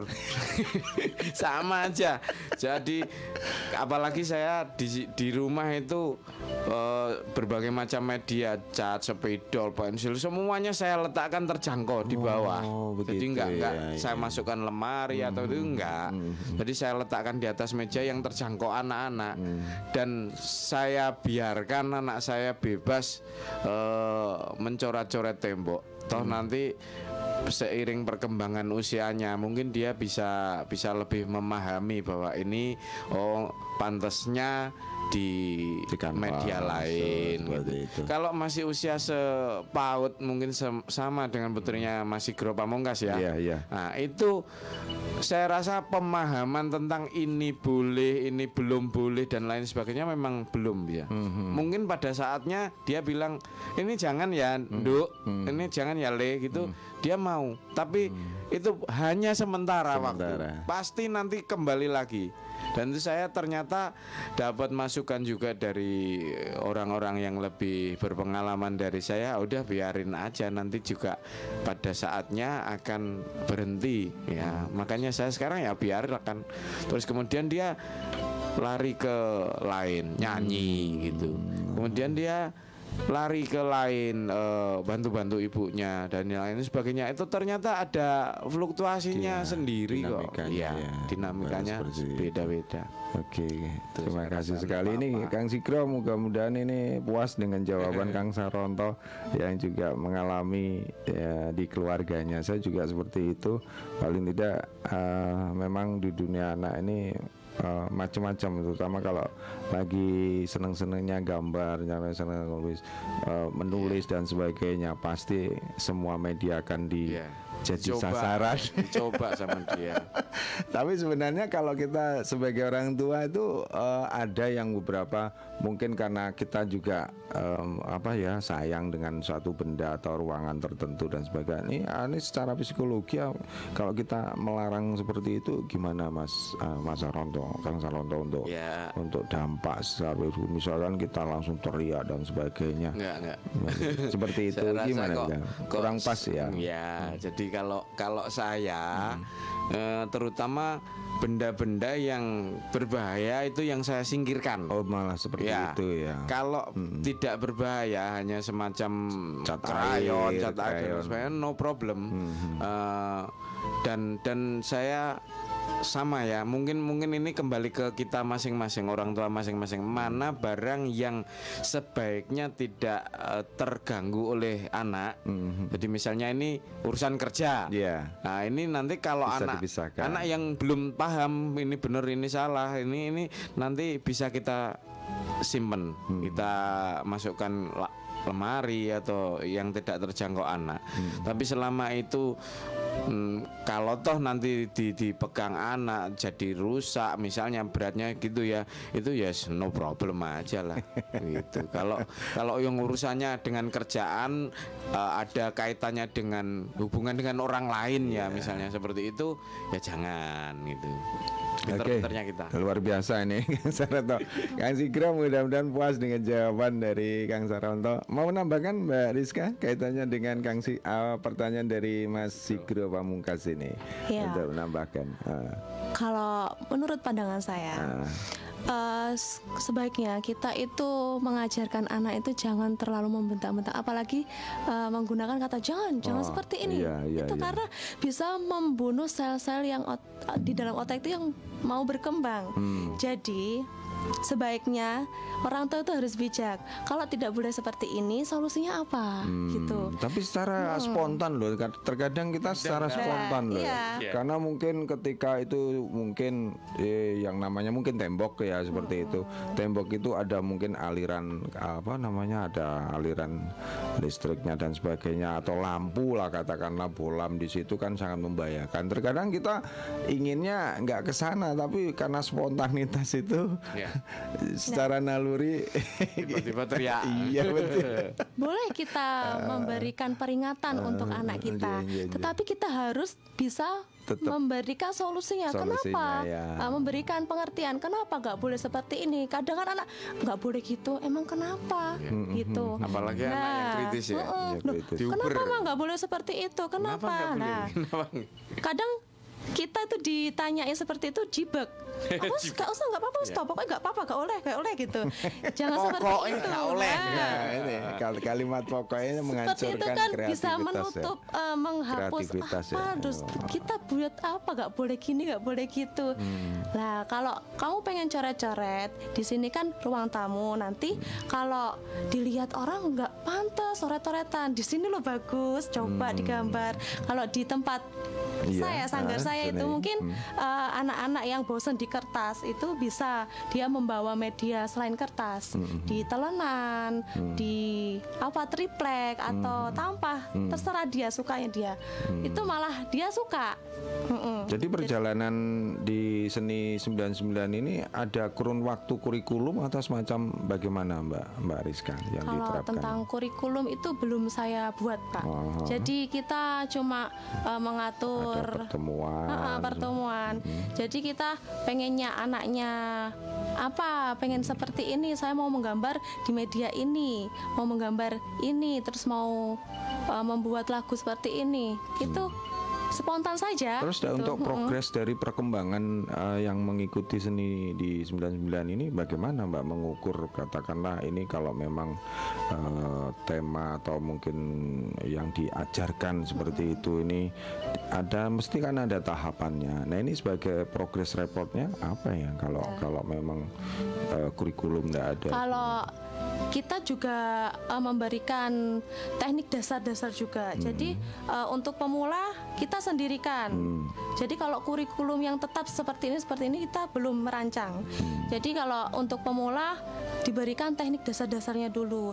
Sama aja. Jadi apalagi saya di rumah itu berbagai macam media, cat, spidol, pensil, semuanya saya letakkan terjangkau di bawah. Jadi enggak saya masukkan lemari atau itu enggak. Jadi saya letakkan di atas meja yang terjangkau anak-anak dan saya biarkan anak saya bebas mencoret-coret tembok. Toh nanti seiring perkembangan usianya mungkin dia bisa lebih memahami bahwa ini pantasnya di media lain gitu. Kalau masih usia sepaut mungkin sama dengan putrinya Mas Sigro Pamungkas ya. Nah, itu saya rasa pemahaman tentang ini boleh, ini belum boleh dan lain sebagainya memang belum ya. Mungkin pada saatnya dia bilang ini jangan ya, Nduk, ini jangan ya Le gitu. Dia mau, tapi itu hanya sementara waktu. Pasti nanti kembali lagi. Dan itu saya ternyata dapat masukan juga dari orang-orang yang lebih berpengalaman dari saya. Udah biarin aja, nanti juga pada saatnya akan berhenti ya. Makanya saya sekarang ya biarkan. Terus kemudian dia lari ke lain, nyanyi gitu. Kemudian dia lari ke lain, bantu-bantu ibunya dan lain sebagainya. Itu ternyata ada fluktuasinya sendiri kok. Iya, dinamikanya beda-beda. Oke, terima kasih sekali. Ini Kang Sigro, mudah-mudahan ini puas dengan jawaban Kang Saronto yang juga mengalami di keluarganya. Saya juga seperti itu. Paling tidak memang di dunia anak ini macam-macam, terutama kalau lagi seneng-senengnya gambar, seneng menulis dan sebagainya, pasti semua media akan jadi sasaran. Coba sama dia. Tapi sebenarnya kalau kita sebagai orang tua itu ada yang beberapa mungkin karena kita juga sayang dengan suatu benda atau ruangan tertentu dan sebagainya. Ini secara psikologi kalau kita melarang seperti itu gimana Mas Saronto, Kang Saronto untuk dampak secara misalkan kita langsung teriak dan sebagainya. Enggak. Seperti itu gimana ya? Kurang pas ya. Ya, jadi kalau saya terutama benda-benda yang berbahaya itu yang saya singkirkan. Oh, malah seperti itu ya. Kalau tidak berbahaya, hanya semacam cat krayon, sebagainya, no problem. Dan saya sama ya, mungkin ini kembali ke kita masing-masing, orang tua masing-masing, mana barang yang sebaiknya tidak terganggu oleh anak. Jadi misalnya ini urusan kerja. Nah, ini nanti kalau anak yang belum paham ini benar ini salah, ini nanti bisa kita simpen, kita masukkan lemari atau yang tidak terjangkau anak. Tapi selama itu kalau toh nanti dipegang anak jadi rusak misalnya beratnya gitu ya, itu ya no problem aja lah gitu. Kalau yang urusannya dengan kerjaan ada kaitannya dengan hubungan dengan orang lain ya misalnya seperti itu ya jangan gitu. Pinter-pinternya kita. Luar biasa ini Kang Saranto. Kang Sigro mudah-mudahan puas dengan jawaban dari Kang Saranto. Mau menambahkan Mbak Rizka kaitannya dengan pertanyaan dari Mas Sigro Pamungkas ini untuk menambahkan. Kalau menurut pandangan saya, sebaiknya kita itu mengajarkan anak itu jangan terlalu membentak-bentak, apalagi menggunakan kata jangan seperti ini. Karena bisa membunuh sel-sel yang di dalam otak itu yang mau berkembang. Jadi sebaiknya orang tua itu harus bijak. Kalau tidak boleh seperti ini, solusinya apa? Gitu. Tapi secara spontan loh. Terkadang kita secara spontan loh. Karena mungkin ketika itu mungkin yang namanya mungkin tembok ya seperti itu. Tembok itu ada mungkin aliran ada aliran listriknya dan sebagainya, atau lampu lah katakanlah, bolam di situ kan sangat membahayakan. Terkadang kita inginnya nggak ke sana, tapi karena spontanitas itu secara naluri tiba-tiba teriak. Iya betul. Boleh kita memberikan peringatan untuk anak kita, tetapi kita harus bisa memberikan solusinya. Kenapa? Memberikan pengertian. Kenapa nggak boleh seperti ini? Kadang kan anak nggak boleh gitu. Emang kenapa? Gitu. Apalagi anak yang kritis ya. Kenapa mah nggak boleh seperti itu? Kenapa? Kadang kita tuh ditanyain seperti itu jibek. Gak usah, nggak apa-apa, stop. Pokoknya nggak apa-apa, nggak oleh gitu. Jangan seperti itu. Nggak oleh. Ini kalimat pokoknya menghancurkan seperti itu kan kreativitas bisa menutup, menghapus terus kita buat apa, nggak boleh gini, nggak boleh gitu. Nah, kalau kamu pengen coret-coret di sini kan ruang tamu, nanti kalau dilihat orang nggak pantas coret-coretan, di sini lo bagus, coba digambar. Kalau di tempat sanggar saya itu mungkin anak-anak yang bosan di kertas itu bisa dia membawa media selain kertas, di telenan, di triplek atau tampah, terserah dia, sukanya dia. Itu malah dia suka. Jadi perjalanan di Seni 99 ini ada kurun waktu kurikulum atau semacam bagaimana Mbak Rizka yang kalau diterapkan? Tentang kurikulum itu belum saya buat, Pak. Jadi kita cuma mengatur ada pertemuan. Jadi kita pengennya anaknya pengen seperti ini, saya mau menggambar di media ini, mau menggambar ini, terus mau membuat lagu seperti ini. Itu spontan saja. Terus gitu. Untuk progres dari perkembangan yang mengikuti seni di 99 ini bagaimana Mbak mengukur, katakanlah ini kalau memang tema atau mungkin yang diajarkan seperti itu, ini mesti kan ada tahapannya. Nah, ini sebagai progress reportnya apa ya kalau memang kurikulum tidak ada? Kalau kita juga memberikan teknik dasar-dasar juga. Jadi untuk pemula kita sendirikan. Jadi kalau kurikulum yang tetap seperti ini kita belum merancang. Jadi kalau untuk pemula diberikan teknik dasar-dasarnya dulu.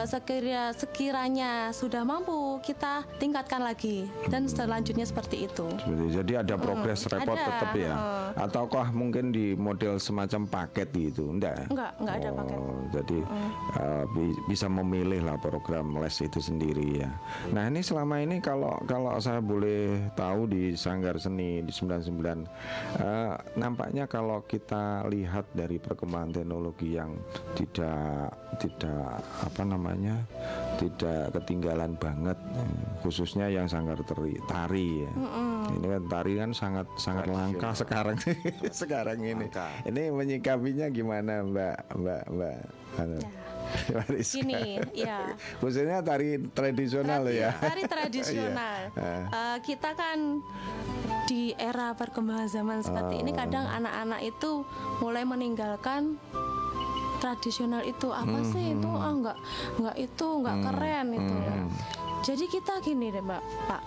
Sekiranya sudah mampu, kita tingkatkan lagi dan selanjutnya seperti itu. Jadi ada progress report tetap ya? Ataukah mungkin di model semacam paket gitu? Enggak ada paket. Jadi bisa memilih lah program les itu sendiri ya. Nah, ini selama ini kalau saya boleh tahu di Sanggar Seni di 99, nampaknya kalau kita lihat dari perkembangan teknologi yang tidak tidak ketinggalan banget, khususnya yang sanggar tari ya. Ini kan tari kan sangat langka sekarang ini. Ini menyikapinya gimana Mbak? Gini, ya. Khususnya tari tradisional ya. Tari tradisional. Kita kan di era perkembangan zaman seperti ini, kadang anak-anak itu mulai meninggalkan tradisional itu. Apa sih itu? Nggak keren itu ya. Jadi kita gini deh Pak.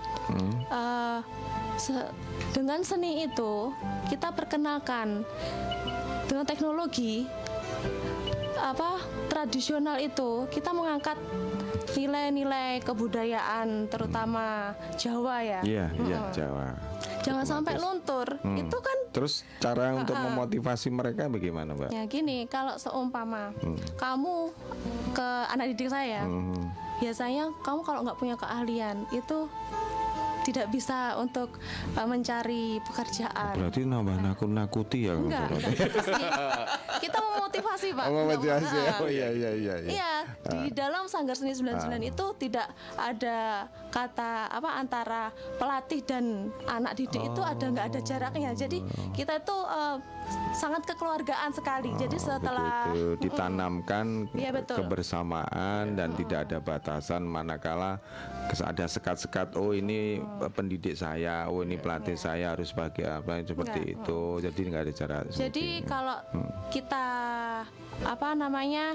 Dengan seni itu kita perkenalkan dengan teknologi tradisional itu, kita mengangkat nilai-nilai kebudayaan terutama Jawa ya. Iya, Jawa. Jangan sampai luntur. Itu kan Terus cara untuk memotivasi mereka bagaimana, Mbak? ya gini, kalau seumpama kamu ke anak didik saya, biasanya kamu kalau nggak punya keahlian itu tidak bisa untuk mencari pekerjaan. Berarti nambah nakut-nakuti ya? Enggak pasti. Kita memotivasi, Pak. Memotivasi ya? Oh iya. Iya, di dalam Sanggar Seni 99 itu tidak ada kata apa antara pelatih dan anak didik itu nggak ada jaraknya. Jadi kita itu sangat kekeluargaan sekali. Jadi setelah betul. Ditanamkan Iya, betul. kebersamaan dan tidak ada batasan, manakala ada sekat-sekat, oh ini pendidik saya, oh ini pelatih saya harus pakai apa seperti itu. Jadi nggak ada cara. Jadi kalau kita apa namanya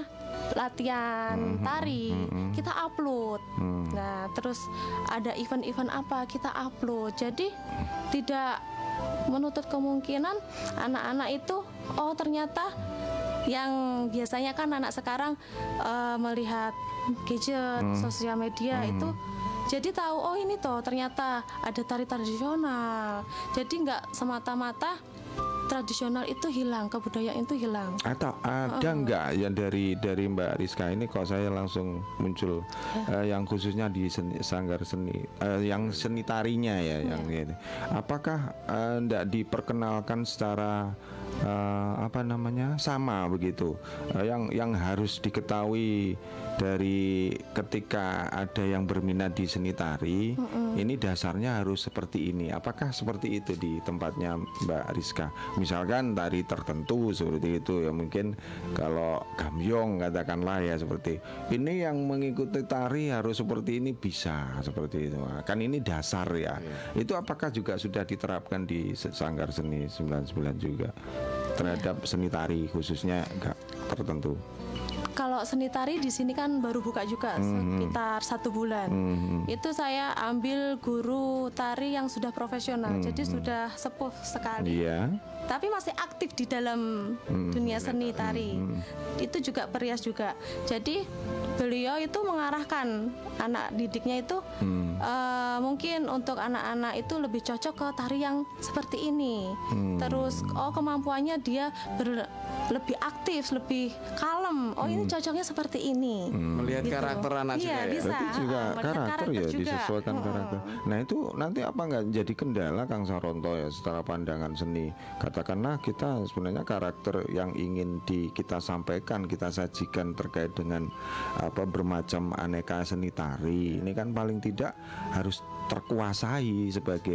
latihan tari, kita upload. Nah, terus ada event-event apa kita upload. Jadi tidak menutup kemungkinan anak-anak itu ternyata yang biasanya kan anak sekarang melihat gadget, sosial media itu jadi tahu ini toh ternyata ada tari tradisional. Jadi nggak semata-mata tradisional itu hilang, kebudayaan itu hilang. Atau ada nggak yang dari Mbak Rizka ini, kok saya langsung muncul yang khususnya di Sanggar Seni, yang seni tarinya ya, yang ini. Apakah nggak diperkenalkan secara apa namanya sama begitu, yang harus diketahui dari ketika ada yang berminat di seni tari, ini dasarnya harus seperti ini. Apakah seperti itu di tempatnya Mbak Rizka? Misalkan tari tertentu seperti itu ya, mungkin kalau gambyong katakanlah ya, seperti ini yang mengikuti tari harus seperti ini, bisa seperti itu. Kan ini dasar ya. Itu apakah juga sudah diterapkan di Sanggar Seni 99 juga terhadap seni tari khususnya enggak tertentu? Kalau seni tari di sini kan baru buka juga sekitar 1 bulan. Itu saya ambil guru tari yang sudah profesional, jadi sudah sepuh sekali. Iya. Tapi masih aktif di dalam dunia seni tari. Itu juga perias juga. Jadi beliau itu mengarahkan anak didiknya itu mungkin untuk anak-anak itu lebih cocok ke tari yang seperti ini. Terus kemampuannya dia lebih aktif, lebih kalem. Ini cocoknya seperti ini. Melihat Gitu. karakter anak Iya, juga ya. bisa. Berarti juga Melihat karakter ya, juga. disesuaikan karakter. Nah itu nanti apa nggak jadi kendala Kang Saronto ya setelah pandangan seni? Katakanlah kita sebenarnya karakter yang ingin kita sampaikan, kita sajikan terkait dengan apa bermacam aneka seni tari. Ini kan paling tidak harus terkuasai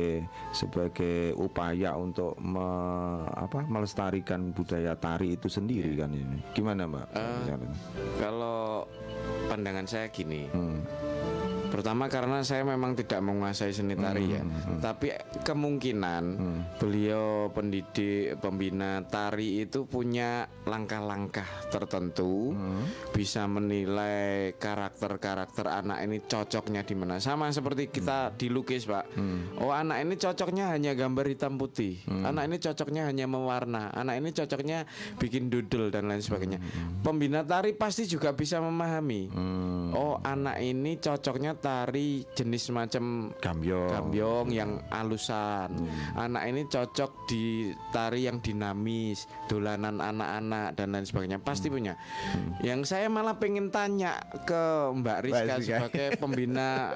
sebagai upaya untuk melestarikan budaya tari itu sendiri kan ini. Gimana Mbak? Kalau pandangan saya gini, pertama karena saya memang tidak menguasai seni tari ya, tapi kemungkinan beliau pendidik pembina tari itu punya langkah-langkah tertentu, bisa menilai karakter anak ini cocoknya di mana. Sama seperti kita dilukis Pak, oh anak ini cocoknya hanya gambar hitam putih, anak ini cocoknya hanya mewarna, anak ini cocoknya bikin doodle dan lain sebagainya. Pembina tari pasti juga bisa memahami, oh anak ini cocoknya tari jenis macam gambyong yang alusan. Anak ini cocok di tari yang dinamis, dolanan anak-anak dan lain sebagainya. Pasti punya. Yang saya malah pengen tanya ke Mbak Rizka sebagai pembina,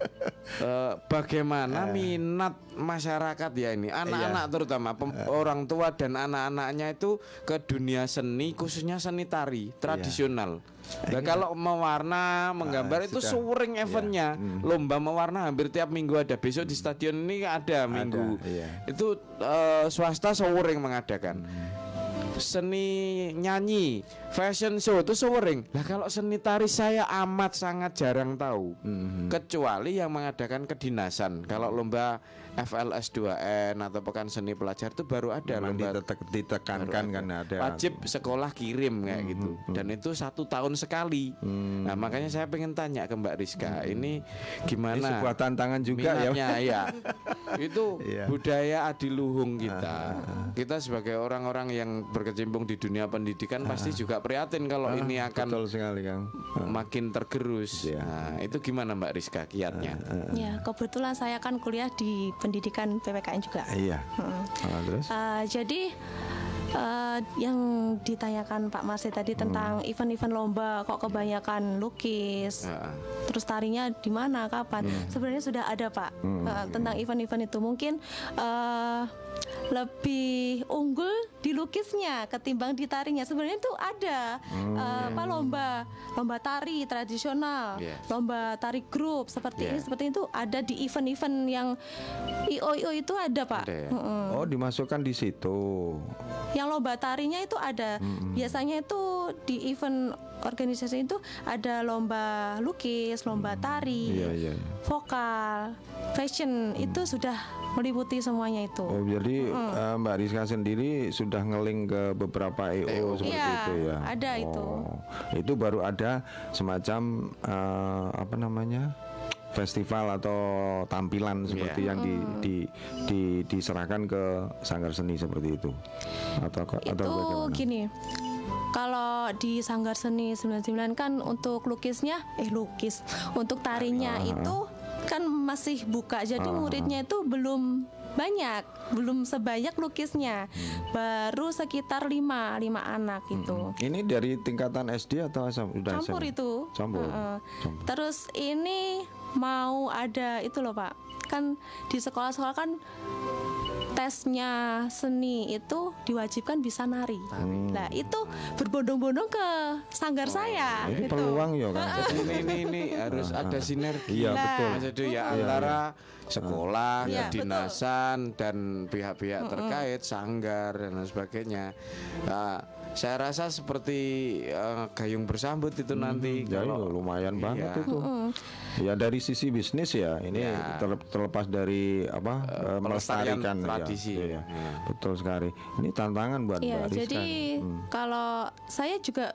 bagaimana minat masyarakat ya ini, anak-anak terutama orang tua dan anak-anaknya itu ke dunia seni, khususnya seni tari tradisional. Nah, kalau mewarna, menggambar itu sering eventnya, lomba mewarna hampir tiap minggu ada. Besok di stadion ini ada minggu. Itu swasta sering mengadakan. Seni nyanyi, fashion show itu sering. Nah kalau seni tari saya amat sangat jarang tahu, kecuali yang mengadakan kedinasan. Kalau lomba FLS 2N atau pekan seni pelajar itu baru ada lomba, ditekankan kan ada. Wajib sekolah kirim kayak gitu. Dan itu 1 tahun sekali. Nah makanya saya pengen tanya ke Mbak Rizka, ini gimana? Ini sebuah tantangan juga minatnya, ya. Itu budaya adiluhung kita. Kita sebagai orang-orang yang berkecimpung di dunia pendidikan pasti juga prihatin kalau ini akan Betul sekali Kang. makin tergerus. Iya. Nah, itu gimana Mbak Rizka kiatnya? Ya, kebetulan saya kan kuliah di pendidikan PPKN juga. Iya. Terus? Jadi yang ditanyakan Pak Marsi tadi tentang event-event lomba, kok kebanyakan lukis, terus tarinya di mana, kapan? Sebenarnya sudah ada Pak tentang event-event itu. Mungkin lebih unggul di lukisnya ketimbang di tarinya. Sebenarnya itu ada lomba tari tradisional, lomba tari grup seperti ini, seperti itu ada di event-event yang IO itu ada Pak. Oh, dimasukkan di situ. Yang lomba tarinya itu ada. Biasanya itu di event organisasi itu ada lomba lukis, lomba tari, vokal, fashion, itu sudah meliputi semuanya itu. Oh, jadi Mbak Rizka sendiri sudah ngeling ke beberapa EO seperti itu ya? Ada itu. Itu baru ada semacam festival atau tampilan seperti yang diserahkan ke Sanggar Seni seperti itu, atau bagaimana? Gini, kalau di Sanggar Seni 99 kan untuk untuk tarinya itu kan masih buka, jadi muridnya itu belum banyak, belum sebanyak lukisnya, baru sekitar 5 anak itu. Ini dari tingkatan SD atau sudah Campur SMA? itu. Campur. Terus ini mau ada itu loh Pak, kan di sekolah-sekolah kan tesnya seni itu diwajibkan bisa nari. Nah itu berbondong-bondong ke sanggar saya. Ini gitu. peluang ya kan? Ini harus ada sinergi. Iya, betul. Jadi antara sekolah, kedinasan dan pihak-pihak terkait, sanggar dan lain sebagainya. Saya rasa seperti gayung bersambut itu nanti. Kalau lumayan banget itu. Ya dari sisi bisnis ya, ini terlepas dari melestarikan tradisi. Ya. Betul sekali. Ini tantangan buat Mbak Rizka. Jadi kalau saya juga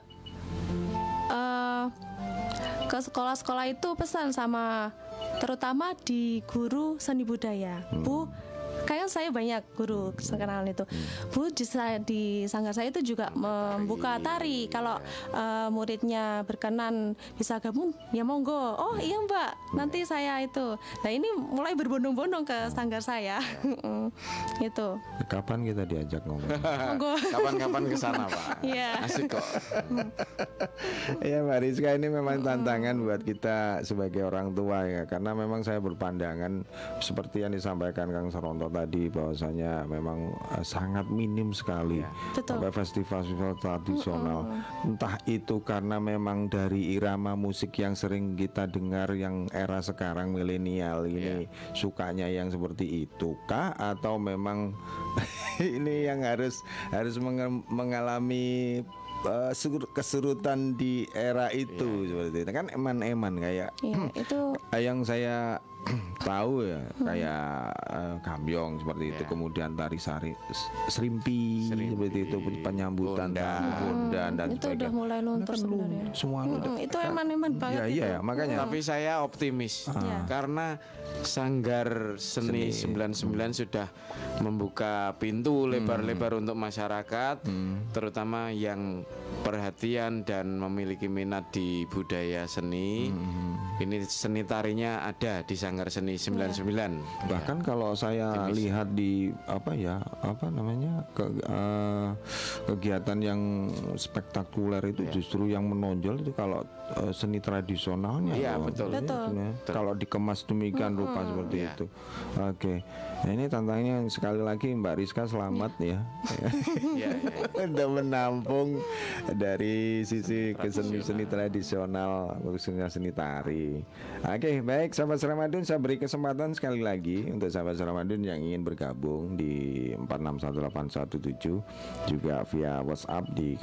ke sekolah-sekolah itu pesan sama terutama di guru seni budaya, Bu. Kayak saya banyak guru sekarang itu, Bu, di sanggar saya itu juga membuka tari. Kalau muridnya berkenan bisa gabung, ya monggo. Oh iya Mbak, nanti saya itu. Nah ini mulai berbondong-bondong ke sanggar saya. Itu. Kapan kita diajak ngomong? Monggo. Kapan-kapan ke sana Pak. Iya. Asik kok. Ya Mbak Rizka, ini memang tantangan buat kita sebagai orang tua ya, karena memang saya berpandangan seperti yang disampaikan Kang Saronto tadi, bahwasanya memang sangat minim sekali sampai festival-festival tradisional. Entah itu karena memang dari irama musik yang sering kita dengar yang era sekarang milenial ini sukanya yang seperti itu kah, atau memang ini yang harus mengalami kesurutan di era itu seperti itu kan, eman-eman kayak itu yang saya tahu ya, kayak gambyong seperti itu, kemudian tari serimpi seperti itu, penyambutan bondan dan itu udah mulai luntur sebenarnya. Semua itu eman-eman banget. Iya, makanya. Tapi saya optimis karena Sanggar Seni 99 sudah membuka pintu lebar-lebar untuk masyarakat, terutama yang perhatian dan memiliki minat di budaya seni. Ini seni tarinya ada di Sanggar Seni 99. Bahkan kalau saya lihat di kegiatan yang spektakuler itu justru yang menonjol itu kalau seni tradisionalnya. Iya, betul. Kalau dikemas demikian rupa seperti itu. Oke. Nah, ini tantangannya sekali lagi Mbak Rizka selamat ya. Udah menampung dari sisi seni tradisional, khususnya seni tari. Oke, baik sahabat Ramadhan, saya beri kesempatan sekali lagi untuk sahabat Ramadhan yang ingin bergabung di 461817, juga via WhatsApp di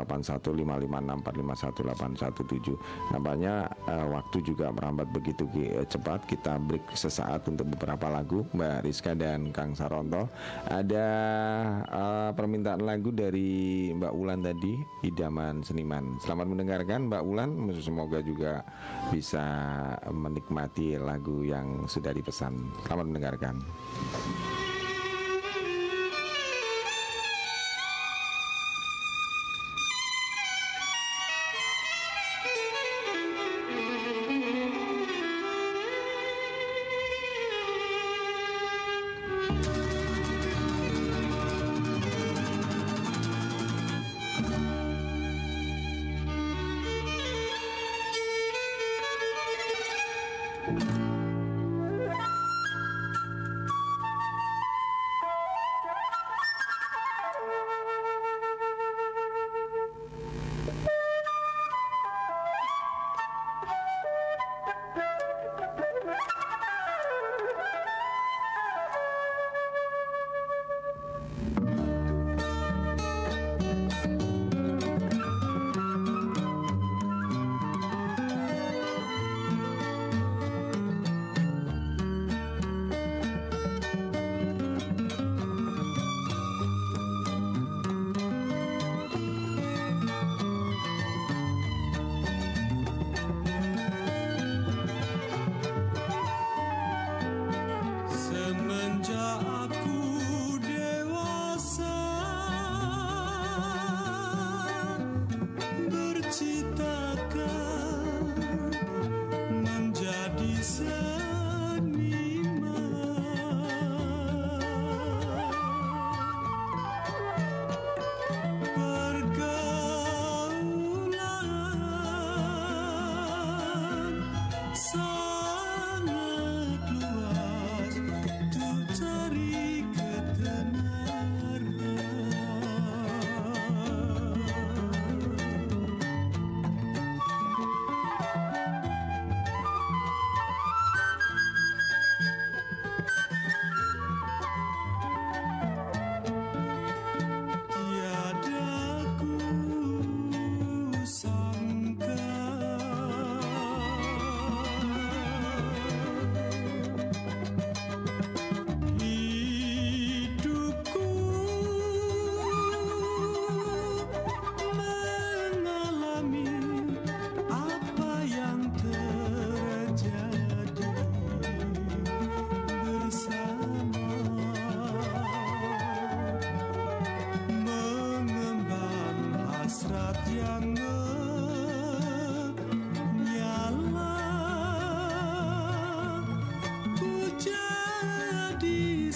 081556451817. Nampaknya waktu juga merambat begitu cepat. Kita break sesaat untuk beberapa lagu Mbak Rizka dan Kang Saronto. Ada permintaan lagu dari Mbak Ulan tadi, Idaman Seniman. Selamat mendengarkan Mbak Ulan, semoga juga bisa menikmati lagu yang sudah dipesan. Selamat mendengarkan.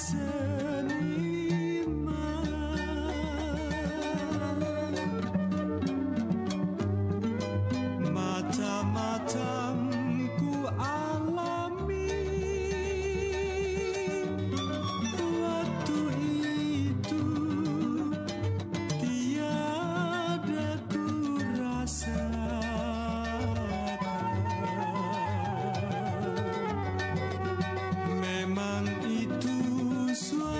Memang itu suatu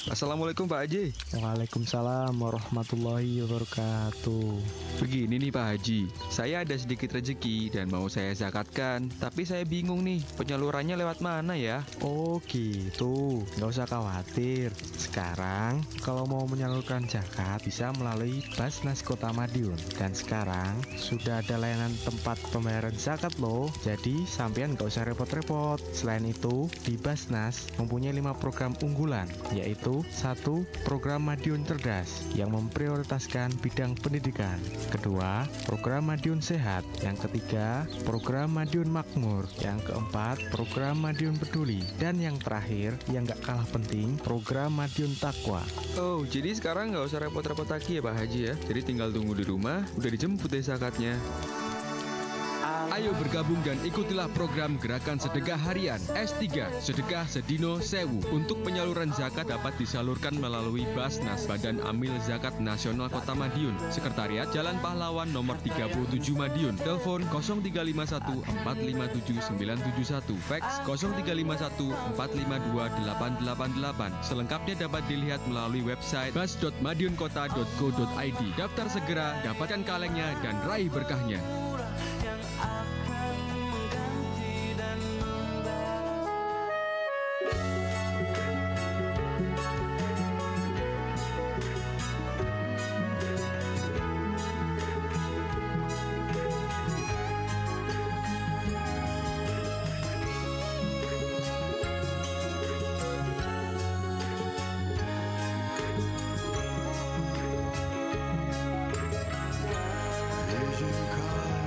Assalamualaikum Pak Haji. Waalaikumsalam warahmatullahi wabarakatuh. Begini nih Pak Haji, saya ada sedikit rezeki dan mau saya zakatkan, tapi saya bingung nih penyalurannya lewat mana ya? Oh gitu, nggak usah khawatir. Sekarang kalau mau menyalurkan zakat bisa melalui Basnas Kota Madiun. Dan sekarang sudah ada layanan tempat pembayaran zakat loh. Jadi sampean nggak usah repot-repot. Selain itu, di Basnas mempunyai 5 program unggulan, yaitu 1. Program Madiun Cerdas yang memprioritaskan bidang pendidikan. Kedua, program Madiun Sehat. Yang ketiga, program Madiun Makmur. Yang keempat, program Madiun Peduli. Dan yang terakhir, yang gak kalah penting, program Madiun Takwa. Oh, jadi sekarang nggak usah repot-repot lagi ya Pak Haji ya? Jadi tinggal tunggu di rumah, udah dijemput deh zakatnya. Ayo bergabung dan ikutilah program Gerakan Sedekah Harian S3 Sedekah Sedino Sewu. Untuk penyaluran zakat dapat disalurkan melalui Basnas Badan Amil Zakat Nasional Kota Madiun, Sekretariat Jalan Pahlawan nomor 37 Madiun. Telepon 0351 457 971, fax 0351 452 888. Selengkapnya dapat dilihat melalui website bas.madiunkota.go.id. Daftar segera, dapatkan kalengnya dan raih berkahnya. Izinkan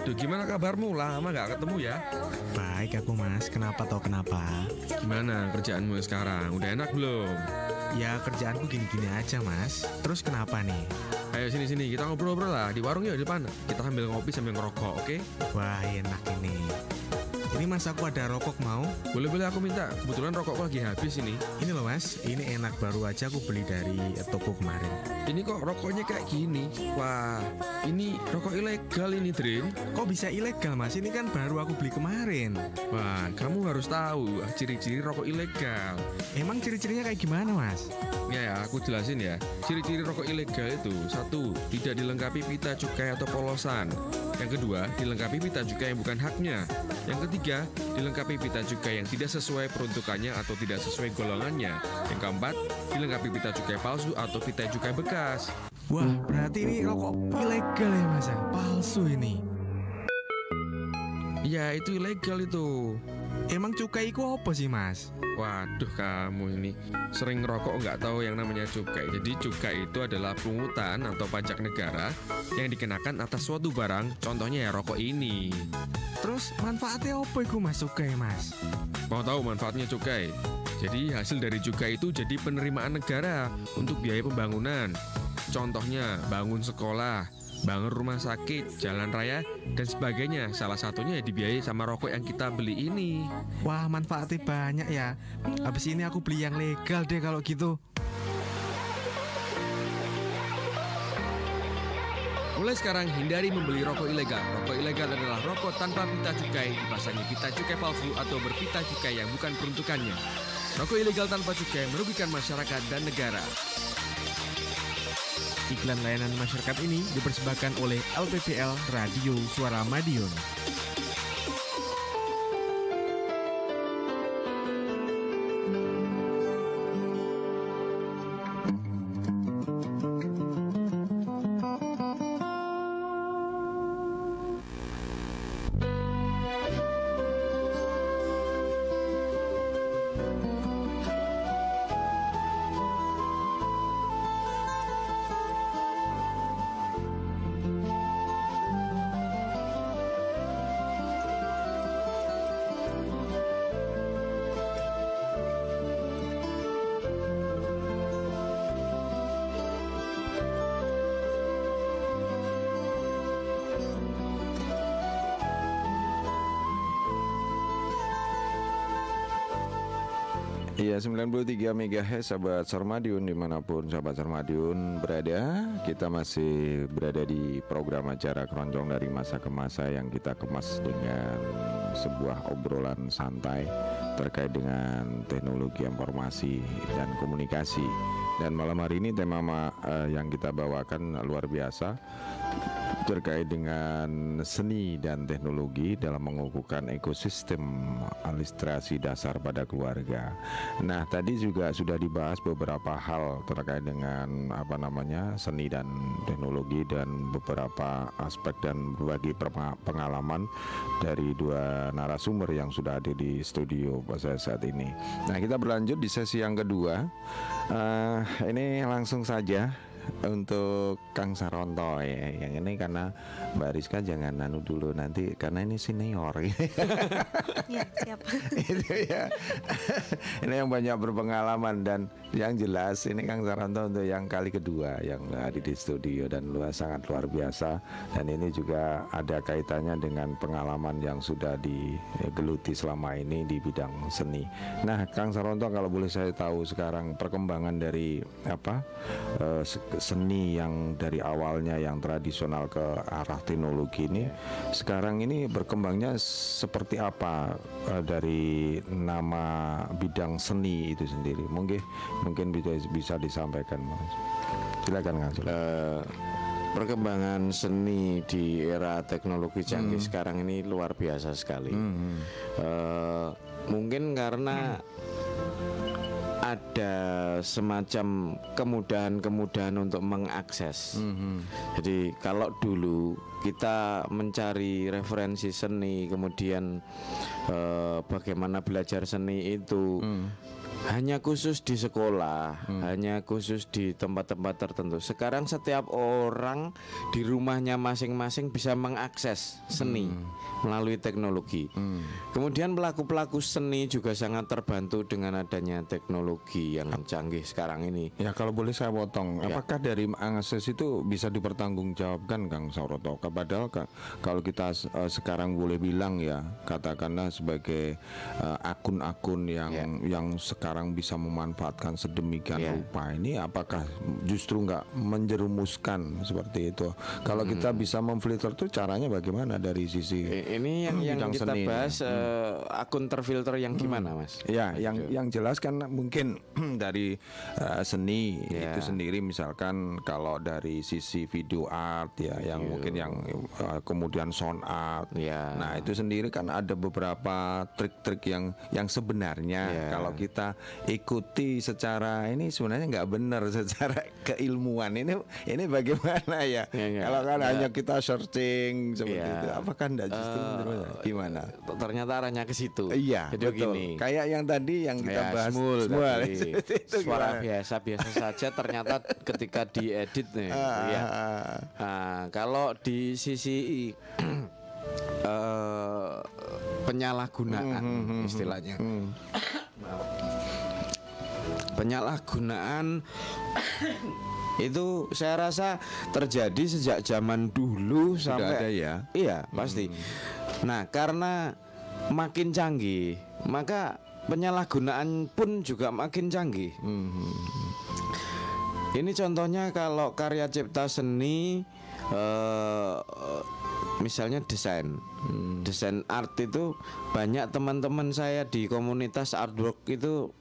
Waduh, gimana kabarmu? Lama gak ketemu ya. Baik aku Mas, kenapa toh kenapa? Gimana kerjaanmu sekarang? Udah enak belum? Ya kerjaanku gini-gini aja Mas. Terus kenapa nih? Ayo sini kita ngobrol-ngobrol lah di warung ya di depan. Kita sambil ngopi sambil ngerokok, oke? Wah enak ini. Ini Mas aku ada rokok mau? Boleh aku minta. Kebetulan rokokku lagi habis ini. Ini loh Mas, ini enak baru aja aku beli dari toko kemarin. Ini kok rokoknya kayak gini? Wah, ini rokok ilegal ini, Drin. Kok bisa ilegal Mas? Ini kan baru aku beli kemarin. Wah, kamu harus tahu ciri-ciri rokok ilegal. Emang ciri-cirinya kayak gimana Mas? Ya, aku jelasin ya. Ciri-ciri rokok ilegal itu: 1. Tidak dilengkapi pita cukai atau polosan. Yang kedua, dilengkapi pita cukai yang bukan haknya. Yang ketiga, dilengkapi pita cukai yang tidak sesuai peruntukannya atau tidak sesuai golongannya. Yang keempat, dilengkapi pita cukai palsu atau pita cukai bekas. Wah, berarti ini rokok ilegal ya Mas? Palsu ini. Ya, itu ilegal itu. Emang cukai itu apa sih Mas? Waduh, kamu ini sering ngerokok nggak tahu yang namanya cukai. Jadi cukai itu adalah pungutan atau pajak negara yang dikenakan atas suatu barang. Contohnya ya rokok ini. Terus manfaatnya apa itu Mas cukai Mas? Mau tahu manfaatnya cukai? Jadi hasil dari cukai itu jadi penerimaan negara untuk biaya pembangunan. Contohnya bangun sekolah, bangun rumah sakit, jalan raya, dan sebagainya. Salah satunya dibiayai sama rokok yang kita beli ini. Wah manfaatnya banyak ya. Habis ini aku beli yang legal deh kalau gitu. Mulai sekarang hindari membeli rokok ilegal. Rokok ilegal adalah rokok tanpa pita cukai, dipasangi pita cukai palsu atau berpita cukai yang bukan peruntukannya. Rokok ilegal tanpa cukai merugikan masyarakat dan negara. Iklan layanan masyarakat ini dipersembahkan oleh LPPL Radio Suara Madiun. Iya, 93 MHz sahabat Sarmadiun, dimanapun sahabat Sarmadiun berada. Kita masih berada di program acara Keroncong dari Masa ke Masa yang kita kemas dengan sebuah obrolan santai terkait dengan teknologi informasi dan komunikasi. Dan malam hari ini tema yang kita bawakan luar biasa, terkait dengan seni dan teknologi dalam mengukuhkan ekosistem alistrasi dasar pada keluarga. Nah, tadi juga sudah dibahas beberapa hal terkait dengan seni dan teknologi dan beberapa aspek dan berbagi pengalaman dari dua narasumber yang sudah ada di studio pada saat ini. Nah, kita berlanjut di sesi yang kedua. Ini langsung saja untuk Kang Saronto ya. Yang ini karena Mbak Rizka jangan anu dulu nanti karena ini senior. Ya, siap. Itu ya. Ini yang banyak berpengalaman dan yang jelas ini Kang Saronto untuk yang kali kedua yang ada di studio dan sangat luar biasa, dan ini juga ada kaitannya dengan pengalaman yang sudah digeluti selama ini di bidang seni. Nah, Kang Saronto kalau boleh saya tahu sekarang perkembangan dari seni yang dari awalnya yang tradisional ke arah teknologi ini sekarang ini berkembangnya seperti apa dari nama bidang seni itu sendiri? Mungkin bisa disampaikan, Mas. Silakan, Kang. Perkembangan seni di era teknologi canggih sekarang ini luar biasa sekali. Mungkin karena ada semacam kemudahan-kemudahan untuk mengakses. Jadi kalau dulu kita mencari referensi seni, kemudian bagaimana belajar seni itu hanya khusus di sekolah, hanya khusus di tempat-tempat tertentu. Sekarang setiap orang di rumahnya masing-masing bisa mengakses seni melalui teknologi. Kemudian pelaku-pelaku seni juga sangat terbantu dengan adanya teknologi yang canggih sekarang ini. Ya kalau boleh saya potong, apakah dari mengakses itu bisa dipertanggungjawabkan Kang Sauroto? Padahal kalau kita sekarang boleh bilang ya, katakanlah sebagai akun-akun yang sekarang bisa memanfaatkan sedemikian rupa ini, apakah justru nggak menjerumuskan seperti itu? Kalau kita bisa memfilter itu caranya bagaimana dari sisi ini yang kita seni bahas akun terfilter yang gimana, Mas? Ya, yang jelas kan mungkin dari seni itu sendiri, misalkan kalau dari sisi video art ya, yang mungkin yang kemudian sound art. Nah itu sendiri kan ada beberapa trik-trik yang sebenarnya kalau kita ikuti secara ini sebenarnya nggak benar secara keilmuan. Ini bagaimana ya? Kalau kan hanya kita searching seperti itu, apakah enggak justru gimana? Ternyata arahnya ke situ. Iya, jadi betul. gini. Kayak yang tadi yang kita bahas small suara gimana? biasa saja ternyata ketika diedit nih. Nah, kalau di sisi penyalahgunaan istilahnya. Penyalahgunaan itu saya rasa terjadi sejak zaman dulu sampai ada ya. Iya, pasti. Nah, karena makin canggih, maka penyalahgunaan pun juga makin canggih. Ini contohnya kalau karya cipta seni, misalnya desain art itu, banyak teman-teman saya di komunitas artwork itu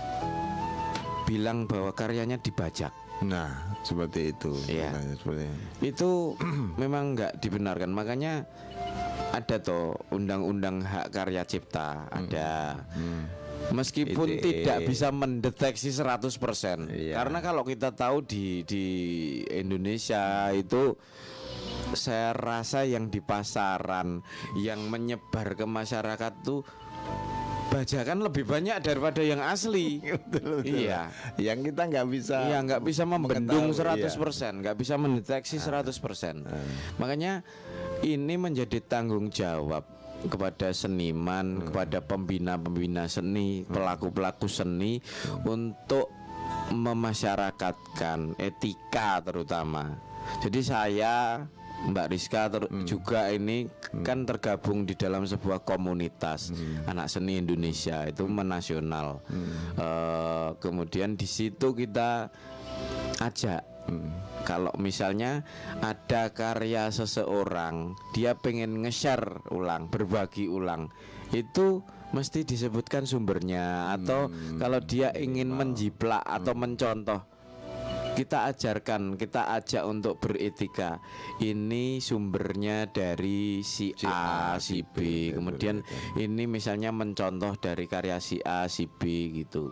bilang bahwa karyanya dibajak. Nah, seperti itu. Iya. Seperti itu memang nggak dibenarkan. Makanya ada toh undang-undang hak karya cipta, ada. Meskipun tidak bisa mendeteksi 100%. Karena kalau kita tahu di Indonesia itu, saya rasa yang di pasaran, yang menyebar ke masyarakat tuh bajakan lebih banyak daripada yang asli. betul. Iya. Yang kita nggak bisa. Iya, nggak bisa membendung 100%, nggak bisa mendeteksi 100%. Makanya ini menjadi tanggung jawab kepada seniman, kepada pembina-pembina seni, pelaku-pelaku seni untuk memasyarakatkan etika terutama. Jadi saya, Mbak Rizka juga ini kan tergabung di dalam sebuah komunitas anak seni Indonesia, itu menasional. Kemudian di situ kita ajak, kalau misalnya ada karya seseorang, dia pengen nge-share ulang, berbagi ulang, itu mesti disebutkan sumbernya. Atau kalau dia ingin menjiplak atau mencontoh, kita ajarkan, kita ajak untuk beretika. Ini sumbernya dari si A, si B. Kemudian ini misalnya mencontoh dari karya si A, si B gitu.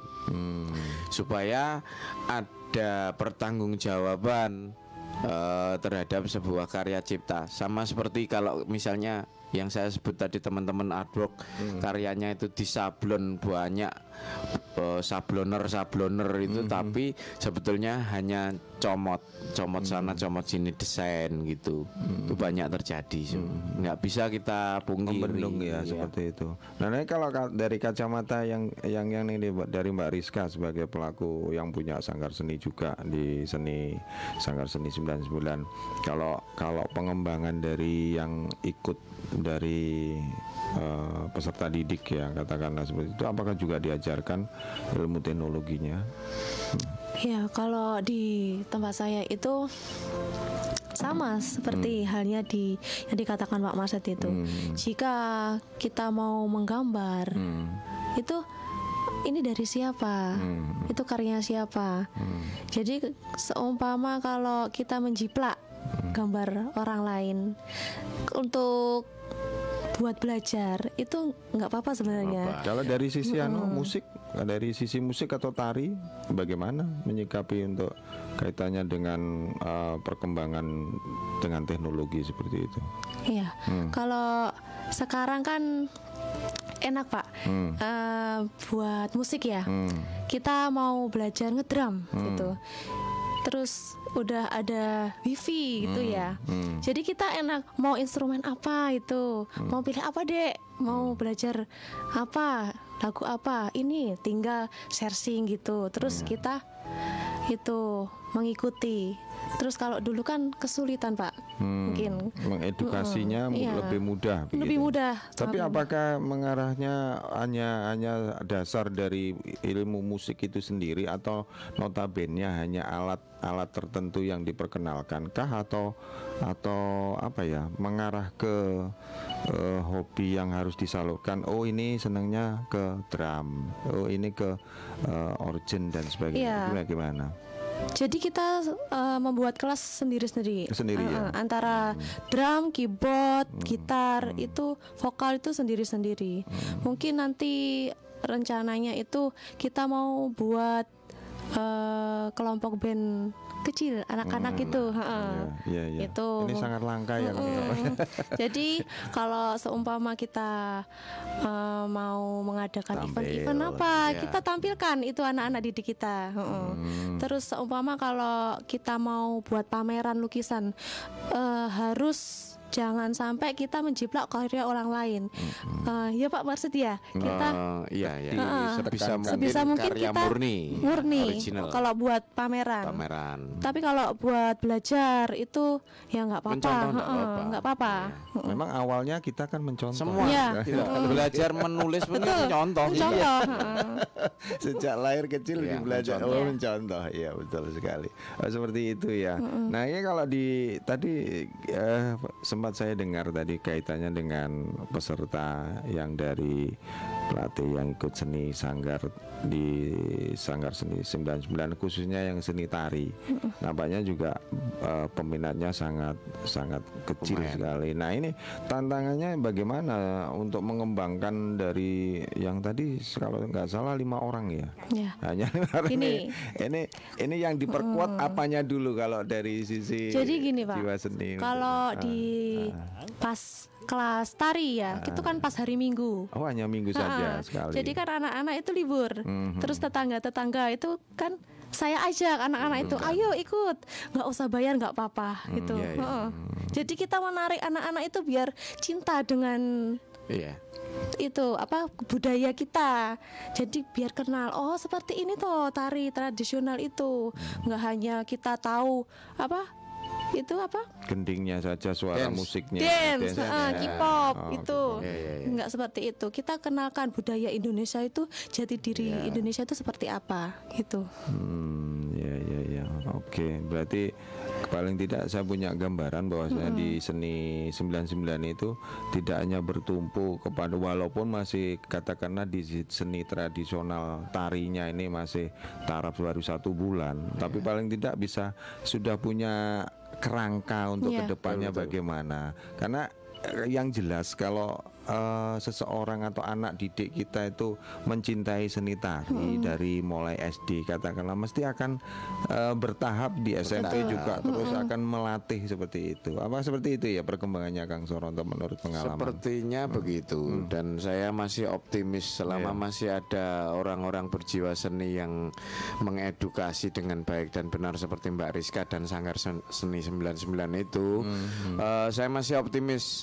Supaya ada pertanggungjawaban terhadap sebuah karya cipta. Sama seperti kalau misalnya yang saya sebut tadi, teman-teman artwork, karyanya itu disablon banyak, sabloner itu, tapi sebetulnya hanya comot sana comot sini desain gitu. Itu banyak terjadi, nggak bisa kita pungkiri. Membendung ya, seperti itu. Nah, ini kalau dari kacamata yang ini dari Mbak Rizka sebagai pelaku yang punya sanggar seni juga di Sanggar Seni 99, kalau pengembangan dari yang ikut dari peserta didik ya, katakanlah seperti itu, apakah juga diajarkan ilmu teknologinya? Ya, kalau di tempat saya itu sama seperti halnya yang dikatakan Pak Marset itu. Jika kita mau menggambar, itu ini dari siapa? Itu karyanya siapa? Jadi seumpama kalau kita menjiplak gambar orang lain untuk buat belajar, itu nggak apa-apa sebenarnya. Kalau dari sisi musik, dari sisi musik atau tari, bagaimana menyikapi untuk kaitannya dengan perkembangan dengan teknologi seperti itu? Iya, kalau sekarang kan enak Pak. Buat musik ya. Kita mau belajar ngedrum gitu. Terus udah ada wifi gitu ya. Jadi kita enak mau instrumen apa itu, mau pilih apa dek, mau belajar apa, lagu apa, ini tinggal searching gitu. Terus kita itu mengikuti. Terus kalau dulu kan kesulitan Pak, mungkin mengedukasinya Iya. lebih mudah. lebih begitu. mudah. Tapi sangat mudah. apakah mengarahnya hanya dasar dari ilmu musik itu sendiri atau notabene hanya alat tertentu yang diperkenalkankah atau apa ya, mengarah ke hobi yang harus disalurkan? Oh ini senangnya ke drum, oh ini ke organ dan sebagainya. Iya. Gimana? Jadi kita membuat kelas sendiri-sendiri. Sendiri, ya? Antara drum, keyboard, gitar itu vokal itu sendiri-sendiri. Mungkin nanti rencananya itu kita mau buat kelompok band kecil anak-anak itu. Iya. Itu Ini sangat langka ya. Jadi kalau seumpama kita mau mengadakan Tampil, event apa, ya. kita tampilkan itu anak-anak didik kita. Terus seumpama kalau kita mau buat pameran lukisan, harus jangan sampai kita menjiplak karya orang lain. Ya Pak Marsud ya, kita Iya. sebisa mungkin karya kita murni original. kalau buat pameran. Tapi kalau buat belajar itu ya nggak apa-apa, Mencontoh nggak apa-apa. Memang awalnya kita kan mencontoh. Semua Iya. kita belajar menulis pun kan contoh. Contoh. Sejak lahir kecil Iya, belajar mencontoh. mencontoh. Iya betul sekali. Seperti itu ya. Nah ini kalau tadi sempat saya dengar tadi kaitannya dengan peserta yang dari pelatih yang ikut seni sanggar di Sanggar Seni 99, khususnya yang seni tari. Nampaknya juga peminatnya sangat kecil sekali. Nah ini tantangannya bagaimana untuk mengembangkan dari yang tadi kalau nggak salah 5 orang ya. Ya. Hanya 5 orang ini yang diperkuat apanya dulu kalau dari sisi Jadi gini Pak, jiwa seni. kalau di pas kelas tari ya, itu kan pas hari Minggu. Oh hanya minggu saja sekali. Jadi kan anak-anak itu libur. Terus tetangga-tetangga itu kan saya ajak anak-anak itu, ayo ikut, nggak usah bayar, nggak apa-apa gitu. Jadi kita menarik anak-anak itu biar cinta dengan itu apa budaya kita. Jadi biar kenal, oh seperti ini toh tari tradisional itu. Nggak hanya kita tahu apa itu apa gendingnya saja, suara Dance. musiknya, dance, K-pop itu gitu. nggak seperti itu. Kita kenalkan budaya Indonesia itu, jati diri Indonesia itu seperti apa gitu. Ya. Oke, berarti paling tidak saya punya gambaran bahwasanya di seni 99 itu tidak hanya bertumpu kepada, walaupun masih katakanlah di seni tradisional tarinya ini masih taraf baru 1 bulan, tapi paling tidak bisa sudah punya kerangka untuk kedepannya bagaimana. Karena yang jelas kalau seseorang atau anak didik kita itu mencintai seni tari dari mulai SD katakanlah, mesti akan bertahap di SMP juga terus akan melatih seperti itu. Apa seperti itu ya perkembangannya Kang Soronto menurut pengalaman? Sepertinya begitu. Dan saya masih optimis selama masih ada orang-orang berjiwa seni yang mengedukasi dengan baik dan benar seperti Mbak Rizka dan Sanggar Seni 99 itu. Saya masih optimis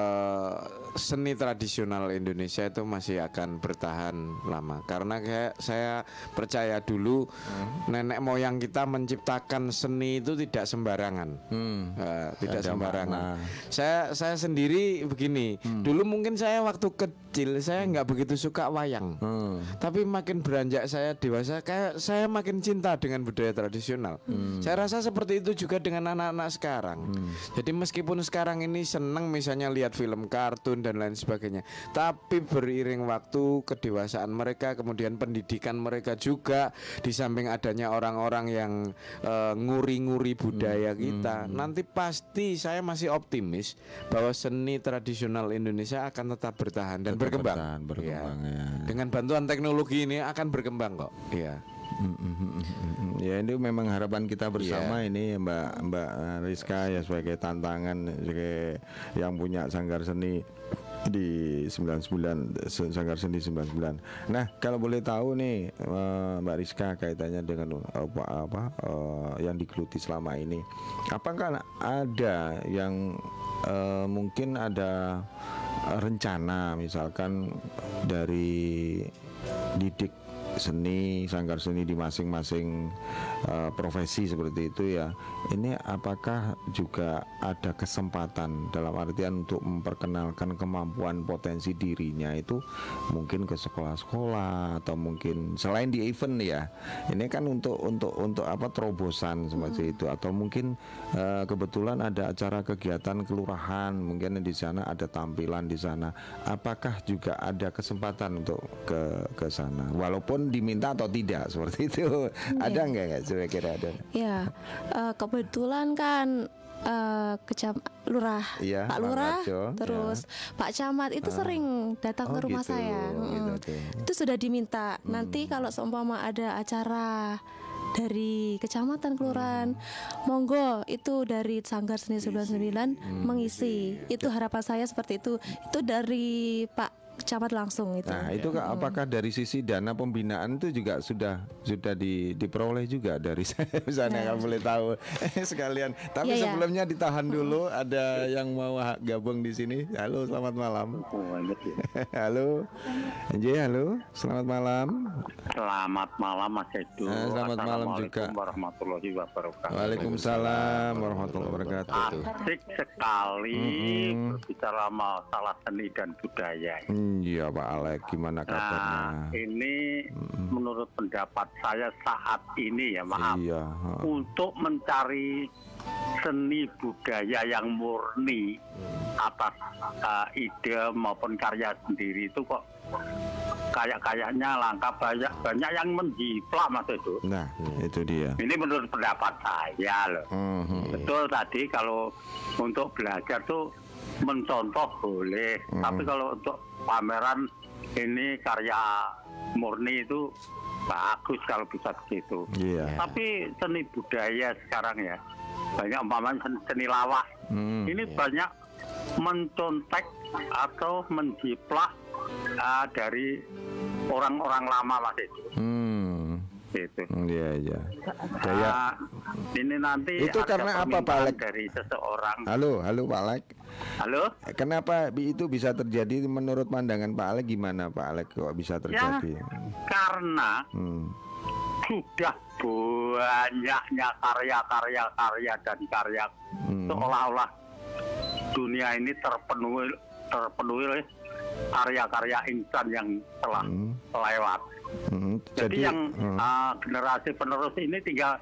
seni tradisional Indonesia itu masih akan bertahan lama, karena saya percaya dulu nenek moyang kita menciptakan seni itu tidak sembarangan. Tidak sembarangan. Saya sendiri begini, dulu mungkin saya waktu kecil saya nggak begitu suka wayang, tapi makin beranjak saya dewasa kayak saya makin cinta dengan budaya tradisional. Saya rasa seperti itu juga dengan anak-anak sekarang. Jadi meskipun sekarang ini seneng misalnya lihat film kartun dan lain sebagainya, tapi beriring waktu kedewasaan mereka, kemudian pendidikan mereka juga, di samping adanya orang-orang yang nguri-nguri budaya kita, nanti pasti saya masih optimis bahwa seni tradisional Indonesia akan tetap bertahan dan berkembang. Ya. Dengan bantuan teknologi ini akan berkembang kok. Iya. Ya ini memang harapan kita bersama ini Mbak Rizka ya, sebagai tantangan sebagai yang punya Sanggar Seni di 99 Sanggar Seni 99. Nah, kalau boleh tahu nih Mbak Rizka kaitannya dengan yang digeluti selama ini. Apakah ada yang mungkin ada rencana misalkan dari didik seni, sanggar seni di masing-masing profesi seperti itu ya. Ini apakah juga ada kesempatan dalam artian untuk memperkenalkan kemampuan potensi dirinya itu mungkin ke sekolah-sekolah atau mungkin selain di event ya. Ini kan untuk apa terobosan seperti itu atau mungkin kebetulan ada acara kegiatan kelurahan, mungkin di sana ada tampilan di sana. Apakah juga ada kesempatan untuk ke sana walaupun diminta atau tidak seperti itu? Ada nggak kira-kira ada? Ya, kebetulan kan lurah, iya, Pak Lurah, Rajo, terus Pak Camat itu sering datang ke rumah gitu, saya. gitu. Itu sudah diminta. Nanti kalau seumpama ada acara dari kecamatan kelurahan, monggo itu dari Sanggar Seni 99 mengisi. Itu harapan saya seperti itu. Itu dari Pak Camat langsung itu. Nah, itu apakah dari sisi dana pembinaan itu juga sudah diperoleh juga dari saya misalnya kalau boleh tahu sekalian. Tapi sebelumnya ditahan dulu, ada yang mau gabung di sini. Halo, selamat malam. Halo. Nje, halo. Selamat malam. Selamat malam Mas Edo. Selamat malam juga. Assalamualaikum warahmatullahi wabarakatuh. Waalaikumsalam warahmatullahi wabarakatuh. Asik sekali berbicara masalah seni dan budaya. Iya Pak Alek, gimana kabarnya? Ini menurut pendapat saya saat ini ya, maaf, untuk mencari seni budaya yang murni atas ide maupun karya sendiri itu kok kayaknya langka, banyak yang menjiplak Mas Edo. Nah, itu dia. Ini menurut pendapat saya loh. Betul tadi kalau untuk belajar tuh mencontoh boleh, tapi kalau untuk pameran ini karya murni itu bagus kalau bisa begitu. Tapi seni budaya sekarang ya banyak umpamanya seni lawak. Ini banyak mencontek atau menjiplak dari orang-orang lama Mas itu. Gitu. Iya. Ini nanti itu karena apa Pak Alek? Dari seseorang. Halo Pak Alek. Halo. Kenapa itu bisa terjadi menurut pandangan Pak Alek, gimana Pak Alek kok bisa terjadi? Ya, karena sudah banyaknya karya dan karya seolah-olah dunia ini terpenuhi oleh karya-karya insan yang telah lewat. Jadi yang generasi penerus ini tinggal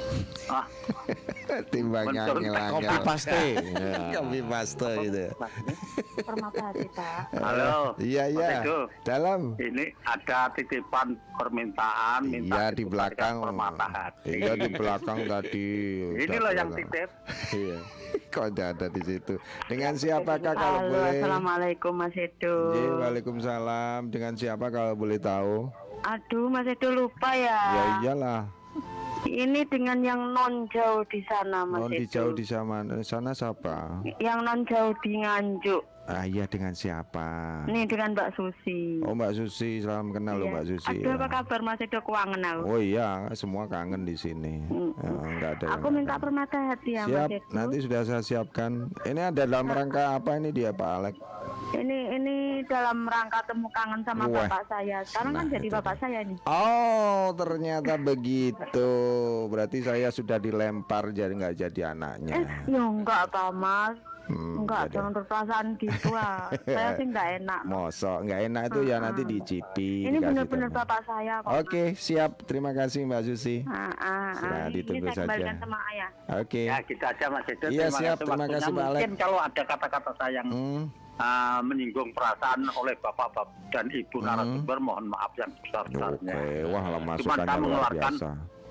timbangnya copy paste. Copy paste gitu. Permata hati Pak. Halo. Iya. Dalam. Ini ada titipan permintaan minta di belakang. Permata hati. Iya di belakang tadi. Ini loh yang titip. Iya. Kok ada di situ? Dengan siapakah kalau boleh? Assalamualaikum Mas Edo. Waalaikumsalam. Dengan siapa kalau boleh tahu? Aduh Mas Edo lupa ya. Ya iyalah. Ini dengan yang non jauh di sana Mas Edo. Non di jauh di sana siapa? Yang non jauh di Nganjuk. Iya, dengan siapa? Nih dengan Mbak Susi. Oh Mbak Susi, salam kenal loh Mbak Susi. Aduh, apa kabar Mas Edo, kangen aku. Oh iya, semua kangen di sini. Enggak ada. Aku minta permata hati ya Siap, Mas Edo. nanti sudah saya siapkan. Ini ada dalam rangka apa ini dia Pak Alek? Ini dalam rangka temu kangen sama bapak saya. Sekarang kan jadi bapak saya nih. Oh, ternyata begitu. Berarti saya sudah dilempar jadi nggak jadi anaknya. Ya enggak Pak Mas. Enggak, jangan berperasaan gitu saya sih enggak enak. Mosok enggak enak itu ya nanti dicipi. Ini benar-benar bapak saya kok. Oke, siap. Terima kasih Mbak Susi. Nah, ditunggu ini saya kembalikan saja. sama ayah. Oke. Ya, gitu aja Mas Edo. Iya, siap. Terima kasih Pak Alek. Mungkin kalau ada kata-kata saya yang menyinggung perasaan oleh bapak dan ibu narasumber, mohon maaf yang besar-besarnya. Oke, wah Cuman masukannya saya luar mengeluarkan biasa.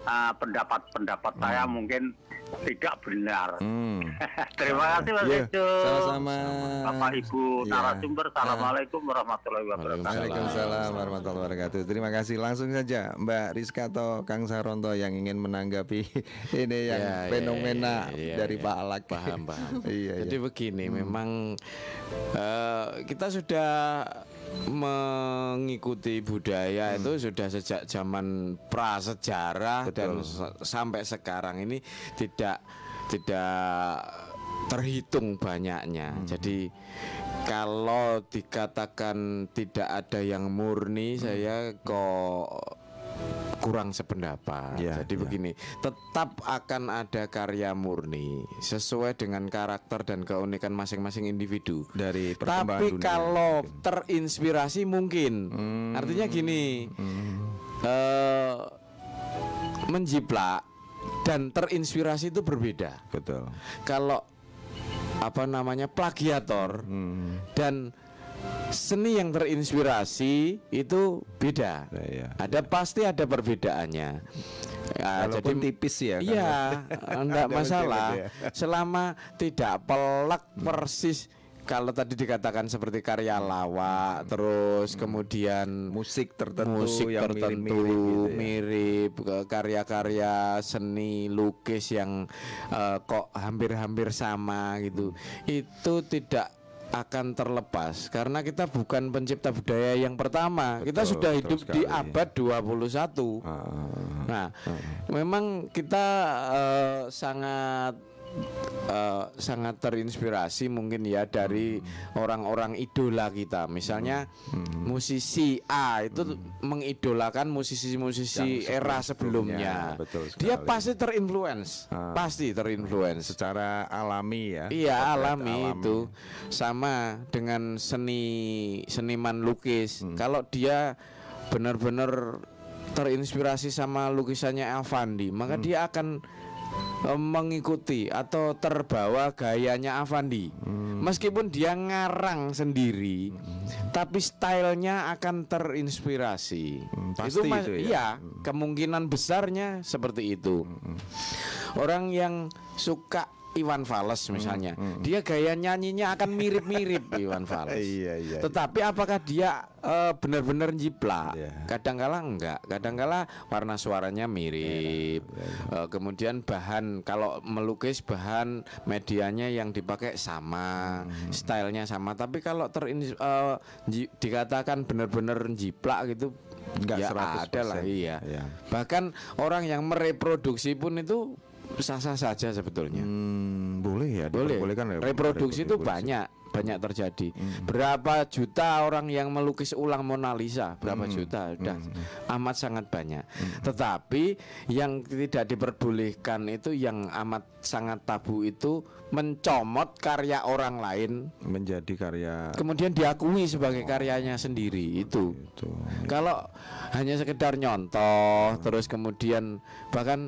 pendapat saya mungkin tidak benar. Terima kasih Mas Iya, Ejo. sama-sama. Bapak Ibu Iya. narasumber, assalamualaikum warahmatullahi wabarakatuh. Waalaikumsalam warahmatullahi wabarakatuh. Terima kasih. Langsung saja Mbak Rizka atau Kang Saronto yang ingin menanggapi ini yang Ya, fenomena ya, dari ya. Pak Alak. Paham. Iya, Jadi iya. begini, memang kita sudah mengikuti budaya itu sudah sejak zaman prasejarah. Betul. Dan sampai sekarang ini tidak terhitung banyaknya. Jadi kalau dikatakan tidak ada yang murni, saya kok kurang sependapat. Ya, Jadi ya. begini, tetap akan ada karya murni sesuai dengan karakter dan keunikan masing-masing individu. Dari perkembangan Tapi dunia, kalau mungkin. terinspirasi mungkin. Artinya gini, menjiplak dan terinspirasi itu berbeda. Betul. Kalau plagiator dan seni yang terinspirasi itu beda. Iya. Pasti ada perbedaannya. Ya, Walaupun tipis ya. Iya, enggak Ada masalah. mesti beda. Selama tidak pelek persis. Kalau tadi dikatakan seperti karya lawak, terus kemudian musik tertentu musik yang tertentu mirip-mirip gitu ya. mirip, karya-karya seni lukis yang kok hampir-hampir sama gitu. Itu tidak akan terlepas karena kita bukan pencipta budaya yang pertama. Kita Betul, sudah betul hidup di sekali. abad 21. Nah, memang kita sangat terinspirasi mungkin ya dari orang-orang idola kita. Misalnya musisi A itu mengidolakan musisi-musisi Yang era sebelum-sebelumnya. sebelumnya. Betul sekali. Dia pasti terinfluence. Secara alami ya. Iya, Potret alami itu sama dengan seniman lukis. Kalau dia benar-benar terinspirasi sama lukisannya Avandi, maka dia akan mengikuti atau terbawa gayanya Avandi. Meskipun dia ngarang sendiri, tapi stylenya akan terinspirasi. Pasti itu ya. Iya, kemungkinan besarnya seperti itu. Orang yang suka Iwan Fals misalnya, dia gaya nyanyinya akan mirip-mirip Iwan Fals. Iya. Tetapi apakah dia benar-benar jiplak? Iya. Kadangkala enggak, kadangkala warna suaranya mirip. Kemudian kalau melukis bahan medianya yang dipakai sama, stylenya sama. Tapi kalau dikatakan benar-benar jiplak gitu, Enggak ya 100%. ada lah, iya. Iya. Bahkan orang yang mereproduksi pun itu sah-sah saja sebetulnya. Boleh ya. Boleh. diperbolehkan ya, Reproduksi itu reproduksi. banyak terjadi. Berapa juta orang yang melukis ulang Mona Lisa? Berapa juta? Udah amat sangat banyak. Tetapi yang tidak diperbolehkan itu, yang amat sangat tabu itu mencomot karya orang lain menjadi karya. kemudian diakui sebagai karyanya sendiri itu. Kalau hanya sekedar nyontoh terus kemudian bahkan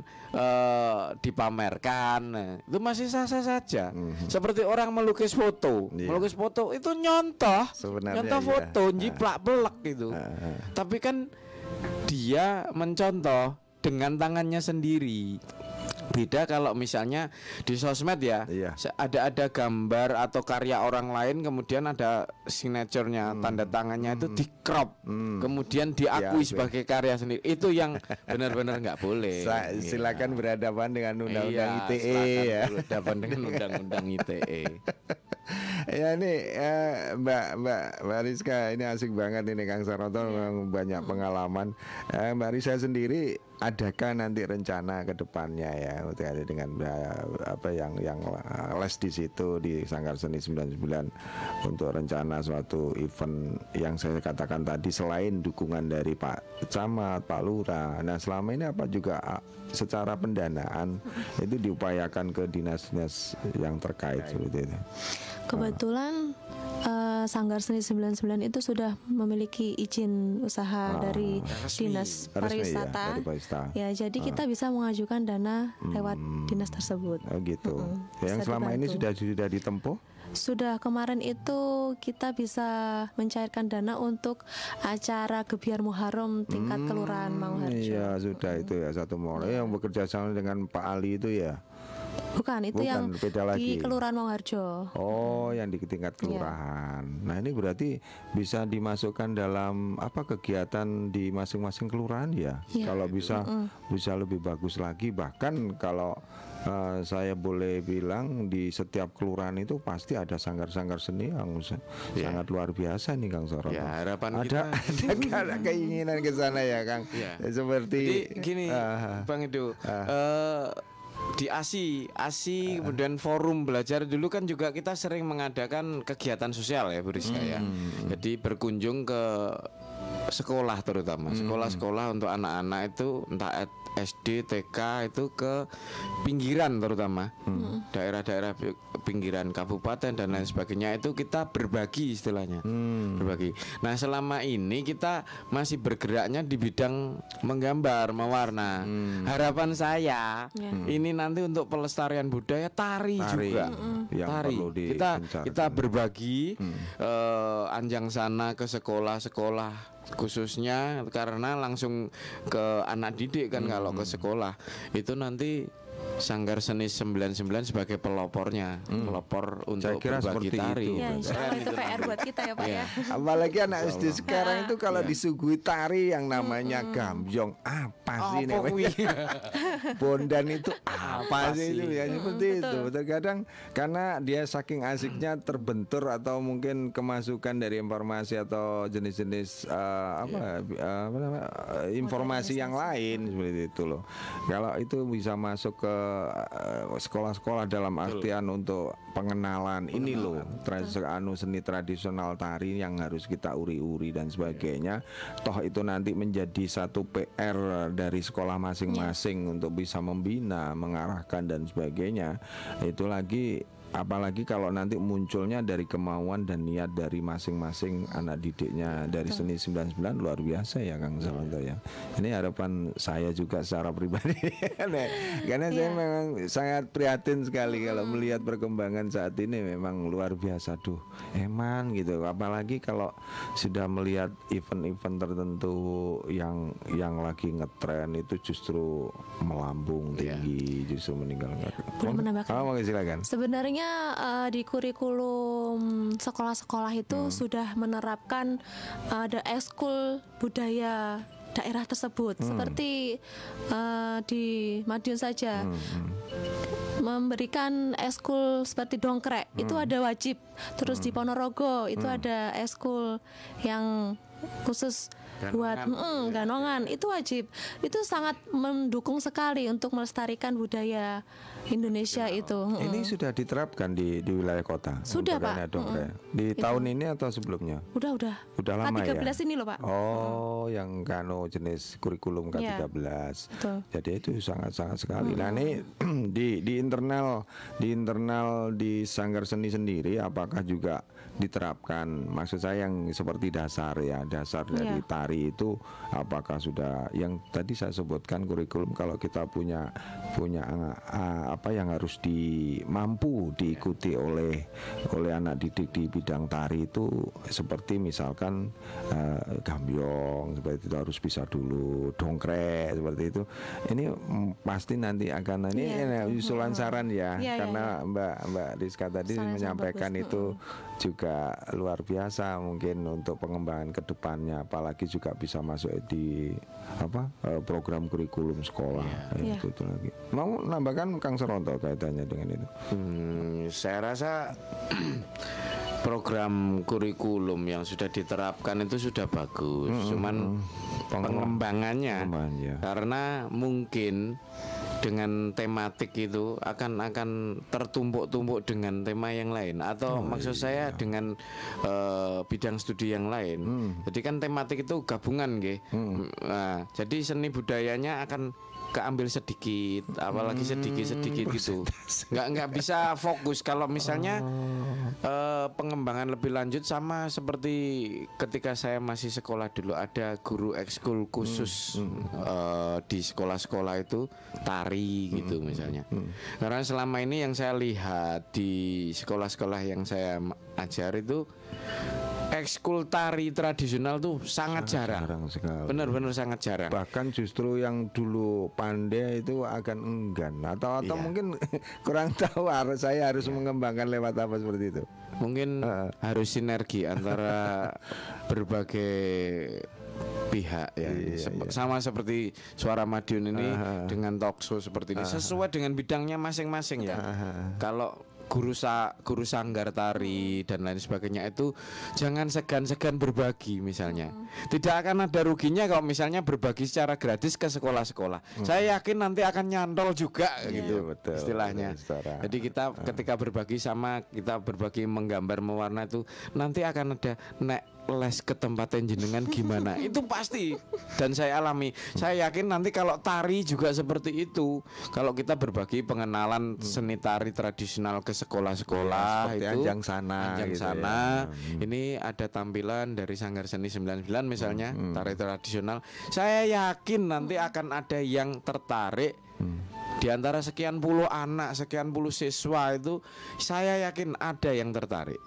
dipamerkan, itu masih sah-sah saja. Seperti orang melukis foto. Iya. Melukis foto itu nyontoh. Sebenarnya Nyontoh iya. foto, njiplak belek gitu. Tapi kan dia mencontoh dengan tangannya sendiri. Beda kalau misalnya di sosmed ya, Iya. ada gambar atau karya orang lain, kemudian ada signaturenya, tanda tangannya itu di crop, kemudian diakui Ya, sebagai karya sendiri. Itu yang benar-benar nggak boleh. Silakan berhadapan dengan undang-undang Iya, ITE silakan ya. berhadapan dengan undang-undang ITE. Ya ini Mbak Rizka, ini asik banget ini Kang Saronto, memang banyak pengalaman. Mbak Rizka sendiri, adakah nanti rencana ke depannya ya terkait dengan apa yang les di situ di Sanggar Seni 99 untuk rencana suatu event yang saya katakan tadi, selain dukungan dari Pak Camat, Pak Lurah. Nah, selama ini apa juga secara pendanaan itu diupayakan ke dinas-dinas yang terkait seperti itu? Kebetulan Sanggar Seni 99 itu sudah memiliki izin usaha dari Dinas Pariwisata. Dari pariwisata. Ya, jadi kita bisa mengajukan dana lewat dinas tersebut. Oh gitu. Yang bisa selama ini dibantu. sudah ditempuh? sudah kemarin itu kita bisa mencairkan dana untuk acara Gebiar Muharram tingkat kelurahan Manguharjo. Iya, sudah itu ya, satu mulai yang bekerja sama dengan Pak Ali itu ya. Bukan, itu Bukan, yang beda di lagi. Kelurahan Manguharjo. Oh, yang di tingkat kelurahan. Nah, ini berarti bisa dimasukkan dalam apa kegiatan di masing-masing kelurahan ya. Iya. Kalau bisa bisa lebih bagus lagi. Bahkan kalau saya boleh bilang di setiap kelurahan itu pasti ada sanggar-sanggar seni yang sangat luar biasa nih Kang Sorono. Ya, harapan ada ada keinginan ke sana ya Kang. Ya. Seperti Jadi gini, Bang Edo, di ASI kemudian forum belajar dulu kan juga kita sering mengadakan kegiatan sosial ya Bu Rizka ya. Jadi berkunjung ke sekolah terutama sekolah-sekolah untuk anak-anak itu entah SD, TK itu ke pinggiran terutama daerah-daerah pinggiran kabupaten dan lain sebagainya itu kita berbagi istilahnya berbagi. Nah selama ini kita masih bergeraknya di bidang menggambar, mewarna. Harapan saya ini nanti untuk pelestarian budaya tari juga yang tari. perlu Kita berbagi anjang sana ke sekolah-sekolah khususnya karena langsung ke anak didik kan kalau ke sekolah itu nanti Sanggar Seni 99 sebagai pelopornya, pelopor untuk Saya kira berbagi seperti tari. itu. Ya, insya Allah itu PR buat kita ya Pak ya. Apalagi anak SD sekarang itu kalau disuguhi tari yang namanya gambyong, apa sih Apa kuwi? bondan itu apa sih itu ya seperti Betul. itu. Terkadang karena dia saking asiknya terbentur atau mungkin kemasukan dari informasi atau jenis-jenis informasi yang lain seperti itu loh. Kalau itu bisa masuk ke sekolah-sekolah dalam artian untuk pengenalan ini loh seni tradisional tari yang harus kita uri-uri dan sebagainya. Toh itu nanti menjadi satu PR dari sekolah masing-masing untuk bisa membina, mengarahkan dan sebagainya. Itu lagi apalagi kalau nanti munculnya dari kemauan dan niat dari masing-masing anak didiknya dari Seni 99 luar biasa ya Kang Sorono ya. Ini harapan saya juga secara pribadi karena saya memang sangat prihatin sekali kalau melihat perkembangan saat ini memang luar biasa emang gitu. Apalagi kalau sudah melihat event-event tertentu yang lagi ngetren itu justru melambung tinggi, justru meninggalkan. Boleh menambahkan? Silakan. Sebenarnya di kurikulum sekolah-sekolah itu sudah menerapkan ada ekskul budaya daerah tersebut seperti di Madiun saja memberikan ekskul seperti dongkrek itu ada wajib. Terus di Ponorogo itu ada ekskul yang khusus buat ganongan itu wajib. Itu sangat mendukung sekali untuk melestarikan budaya Indonesia itu. Ini sudah diterapkan di wilayah kota. Sudah, Pak. Di tahun ini atau sebelumnya? Udah lama ya. K13 ini loh Pak. Oh, yang jenis kurikulum K13. Betul. Jadi itu sangat-sangat sekali. Nah, ini di internal di Sanggar Seni sendiri apakah juga diterapkan? Maksud saya yang seperti dasar dari tari itu apakah sudah yang tadi saya sebutkan kurikulum kalau kita punya apa yang harus mampu diikuti oleh anak didik di bidang tari itu seperti misalkan gambyong seperti itu harus bisa dulu, dongkrek seperti itu. Ini pasti nanti akan usulan saran karena Mbak Rizka tadi menyampaikan itu juga luar biasa mungkin untuk pengembangan kedepannya, apalagi juga bisa masuk di program kurikulum sekolah. Itu lagi. Mau nambahkan Kang Sorono kaitannya dengan itu? Saya rasa program kurikulum yang sudah diterapkan itu sudah bagus, cuman pengembangannya karena mungkin dengan tematik itu akan tertumpuk-tumpuk dengan tema yang lain atau maksud saya dengan bidang studi yang lain. Jadi kan tematik itu gabungan nggih. Nah, jadi seni budayanya akan keambil sedikit, apalagi sedikit gitu. Nggak bisa fokus kalau misalnya pengembangan lebih lanjut sama seperti ketika saya masih sekolah dulu ada guru ekskul khusus di sekolah-sekolah itu tari tari gitu misalnya. Karena selama ini yang saya lihat di sekolah-sekolah yang saya ajar itu ekskul tari tradisional tuh sangat jarang sekali. Benar-benar sangat jarang. Bahkan justru yang dulu pandai itu akan enggan atau mungkin kurang tahu saya harus mengembangkan lewat apa seperti itu. Mungkin harus sinergi antara berbagai pihak ya. Sama seperti Suara Madiun ini dengan talkshow seperti ini sesuai dengan bidangnya masing-masing ya. Kalau guru sanggar tari dan lain sebagainya itu jangan segan-segan berbagi misalnya. Tidak akan ada ruginya kalau misalnya berbagi secara gratis ke sekolah-sekolah. Saya yakin nanti akan nyantol juga gitu betul, istilahnya. Jadi kita ketika berbagi sama kita berbagi menggambar mewarna itu nanti akan ada les ke tempat jenengan gimana itu pasti, dan saya alami. Saya yakin nanti kalau tari juga seperti itu. Kalau kita berbagi pengenalan seni tari tradisional ke sekolah-sekolah itu Anjang sana ini ada tampilan dari Sanggar Seni 99 misalnya tari tradisional. Saya yakin nanti akan ada yang tertarik. Di antara sekian puluh anak, sekian puluh siswa itu saya yakin ada yang tertarik.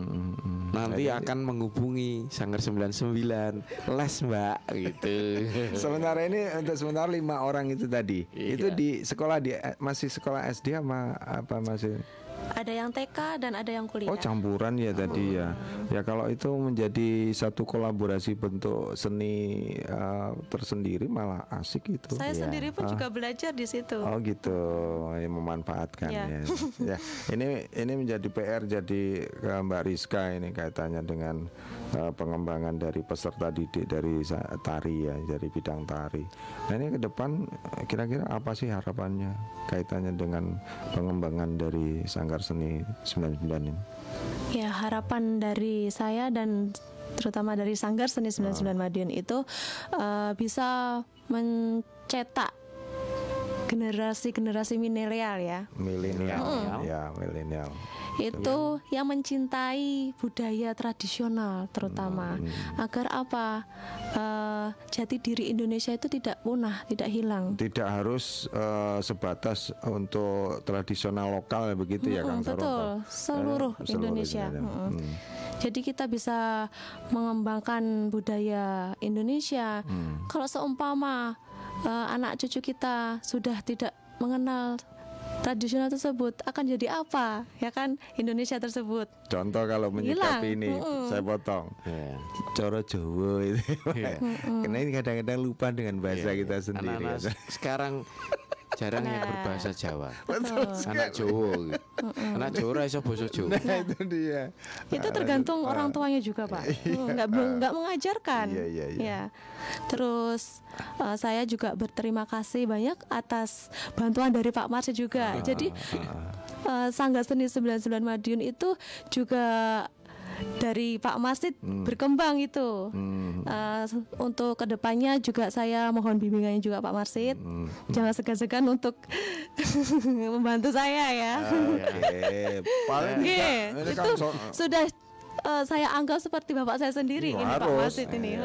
Nanti akan menghubungi Sanggar 99 les mbak gitu. Sementara ini untuk sementara 5 orang itu tadi. Itu di sekolah masih sekolah SD apa masih? Ada yang TK dan ada yang kuliah. Oh campuran ya tadi ya. Ya kalau itu menjadi satu kolaborasi bentuk seni tersendiri malah asik itu. Saya sendiri pun juga belajar di situ. Oh gitu, memanfaatkan ya. Ya ini menjadi PR jadi Mbak Rizka ini kaitannya dengan pengembangan dari peserta didik dari tari ya, dari bidang tari. Nah ini ke depan kira-kira apa sih harapannya kaitannya dengan pengembangan dari Sanggar Seni 99 ini? Ya harapan dari saya dan terutama dari Sanggar Seni 99 Madiun itu bisa mencetak generasi-generasi milenial ya. Milenial. Itu yang mencintai budaya tradisional terutama agar apa jati diri Indonesia itu tidak punah, tidak hilang. Tidak harus sebatas untuk tradisional lokal begitu ya Kang Saronto. Betul, seluruh Indonesia. Jadi kita bisa mengembangkan budaya Indonesia. Kalau seumpama anak cucu kita sudah tidak mengenal tradisional tersebut, akan jadi apa ya kan Indonesia tersebut. Contoh kalau menyikapi ini saya potong cara Jawa itu karena ini kadang-kadang lupa dengan bahasa kita sendiri. Anak-anak sekarang jarang yang berbahasa Jawa. Anak Jawa gitu. Anak Jawa ora iso basa Jawa. Nah itu dia. Itu tergantung orang tuanya juga Pak. Nggak mengajarkan. Ya. Terus saya juga berterima kasih banyak atas bantuan dari Pak Marsi juga. Jadi Sanggar Seni 99 Madiun itu juga dari Pak Marsid berkembang itu. Untuk kedepannya juga saya mohon bimbingannya juga Pak Marsid. Jangan segan-segan untuk membantu saya ya. Paling itu sudah saya anggap seperti bapak saya sendiri ini Pak Marsid ini.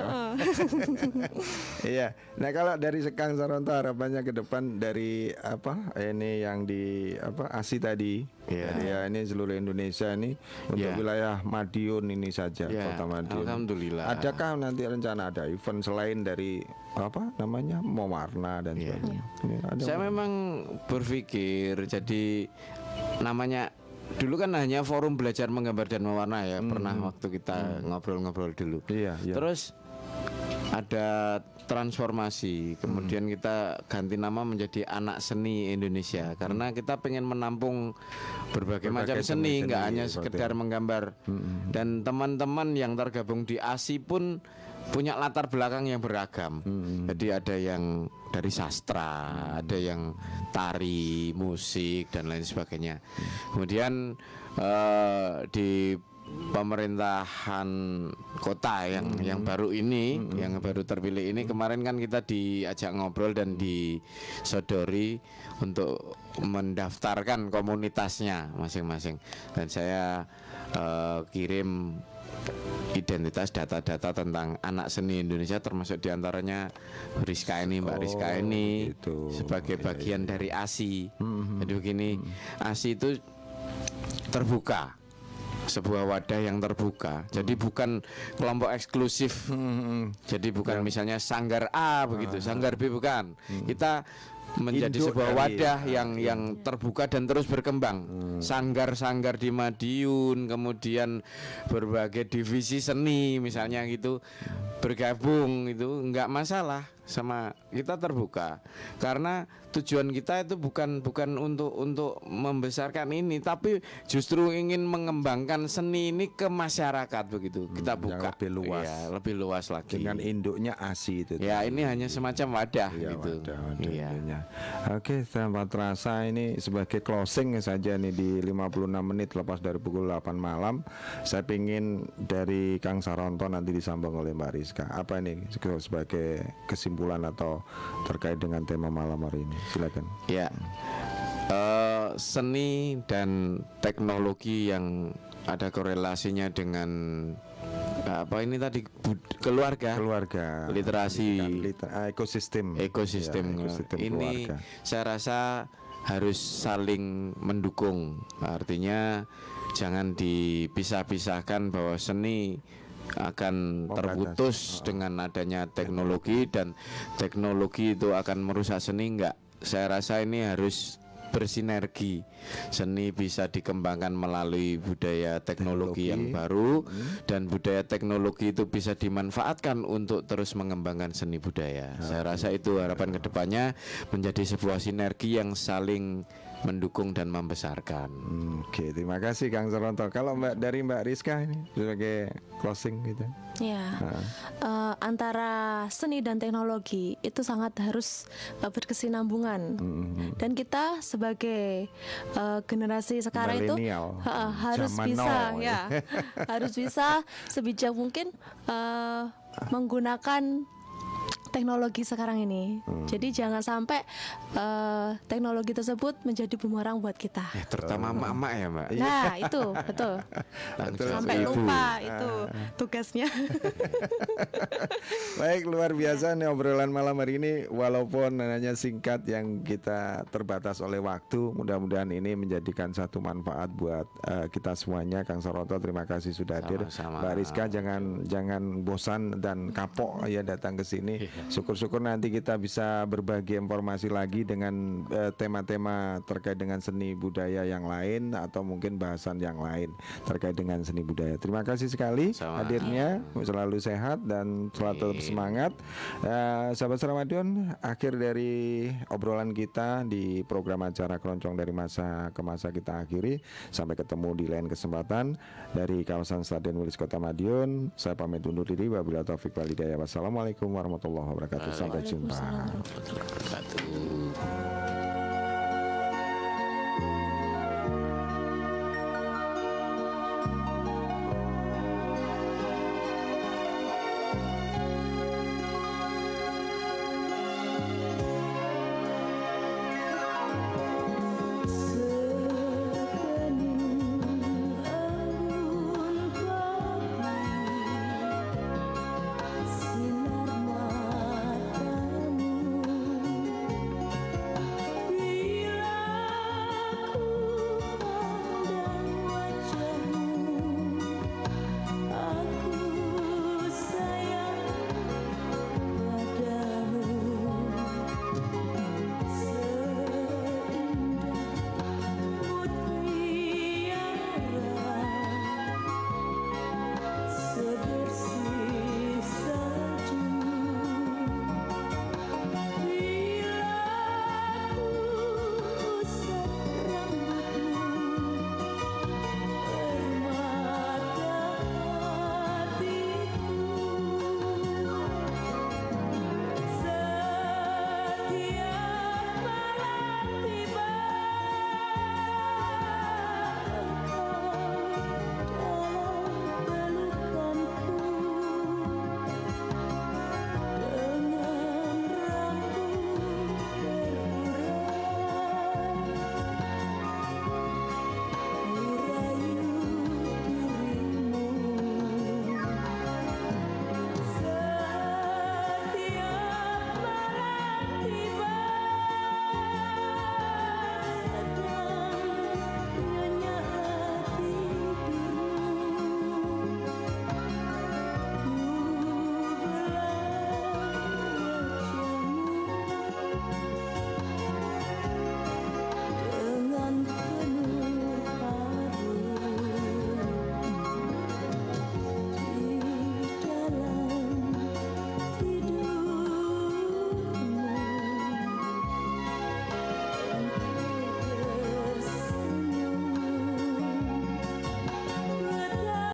Iya. Nah kalau dari Kang Saronto harapannya ke depan dari apa ini yang di ASI tadi, ya ini seluruh Indonesia ini untuk wilayah Madiun ini saja, Kota Madiun. Alhamdulillah. Adakah nanti rencana ada event selain dari apa namanya mewarna dan sebagainya? Saya memang berpikir jadi namanya dulu kan hanya forum belajar menggambar dan mewarna ya, pernah waktu kita ngobrol-ngobrol dulu. Terus ada transformasi, kemudian kita ganti nama menjadi Anak Seni Indonesia karena kita pengen menampung berbagai macam seni, nggak hanya sekedar menggambar. Dan teman-teman yang tergabung di ASI pun punya latar belakang yang beragam. Jadi ada yang dari sastra, ada yang tari, musik dan lain sebagainya. Kemudian di pemerintahan kota yang baru ini, yang baru terpilih ini, kemarin kan kita diajak ngobrol dan disodori untuk mendaftarkan komunitasnya masing-masing. Dan saya kirim identitas data-data tentang anak seni Indonesia, termasuk diantaranya Rizka ini, Mbak Rizka ini gitu. sebagai bagian dari ASI. Jadi begini, ASI itu terbuka, sebuah wadah yang terbuka. Jadi bukan kelompok eksklusif. Jadi bukan misalnya Sanggar A begitu, Sanggar B, bukan. Kita menjadi Induk sebuah dari- wadah yang terbuka dan terus berkembang. Sanggar-sanggar di Madiun, kemudian berbagai divisi seni misalnya gitu bergabung, itu nggak masalah, sama kita terbuka. Karena tujuan kita itu bukan untuk membesarkan ini, tapi justru ingin mengembangkan seni ini ke masyarakat begitu. Kita yang buka lebih luas. Iya, lebih luas lagi. Dengan induknya ASI itu. Ya, ini hanya semacam wadah Iya, gitu. wadah Iya. intinya. Oke, tanpa terasa ini sebagai closing saja nih di 56 menit lepas dari pukul 8 malam. Saya ingin dari Kang Saronto nanti disambung oleh Mbak Rizka. Apa ini sebagai kesimpulan atau terkait dengan tema malam hari ini? Silakan. Ya, seni dan teknologi yang ada korelasinya dengan apa ini tadi, keluarga, literasi, ekosistem, ekosistem. Ya, ekosistem Ini keluarga. saya rasa harus saling mendukung. Artinya jangan dipisah-pisahkan bahwa seni akan terputus dengan adanya teknologi dan teknologi itu akan merusak seni. Enggak, saya rasa ini harus bersinergi. Seni bisa dikembangkan melalui budaya teknologi yang baru, dan budaya teknologi itu bisa dimanfaatkan untuk terus mengembangkan seni budaya. Saya rasa itu harapan kedepannya, menjadi sebuah sinergi yang saling mendukung dan membesarkan. Oke, terima kasih Kang Saronto. Kalau dari Mbak Rizka ini sebagai closing gitu. Ya, antara seni dan teknologi itu sangat harus berkesinambungan. Dan kita sebagai generasi sekarang itu Milenial, harus zaman bisa, now. ya, harus bisa sebijak mungkin menggunakan teknologi sekarang ini. Jadi jangan sampai teknologi tersebut menjadi bumerang buat kita. Terutama emak-emak ya, Mbak. Nah, itu betul. Sampai lupa itu tugasnya. Baik, luar biasa nih obrolan malam hari ini. Walaupun hanya singkat yang kita terbatas oleh waktu, mudah-mudahan ini menjadikan satu manfaat buat kita semuanya. Kang Saronto, terima kasih sudah hadir. Sama-sama. Mbak Rizka, jangan bosan dan kapok ya datang ke sini. Syukur-syukur nanti kita bisa berbagi informasi lagi dengan tema-tema terkait dengan seni budaya yang lain, atau mungkin bahasan yang lain terkait dengan seni budaya. Terima kasih sekali hadirnya, selalu sehat dan selalu tetap semangat. Sahabat Ramadan, akhir dari obrolan kita di program acara Keroncong dari Masa ke Masa kita akhiri. Sampai ketemu di lain kesempatan dari kawasan Stadion Wilis Kota Madiun. Saya pamit undur diri. Wabillahi taufiq wal hidayah. Wassalamualaikum warahmatullahi wabarakatuh. Sampai jumpa. Waalaikumsalam warahmatullahi wabarakatuh.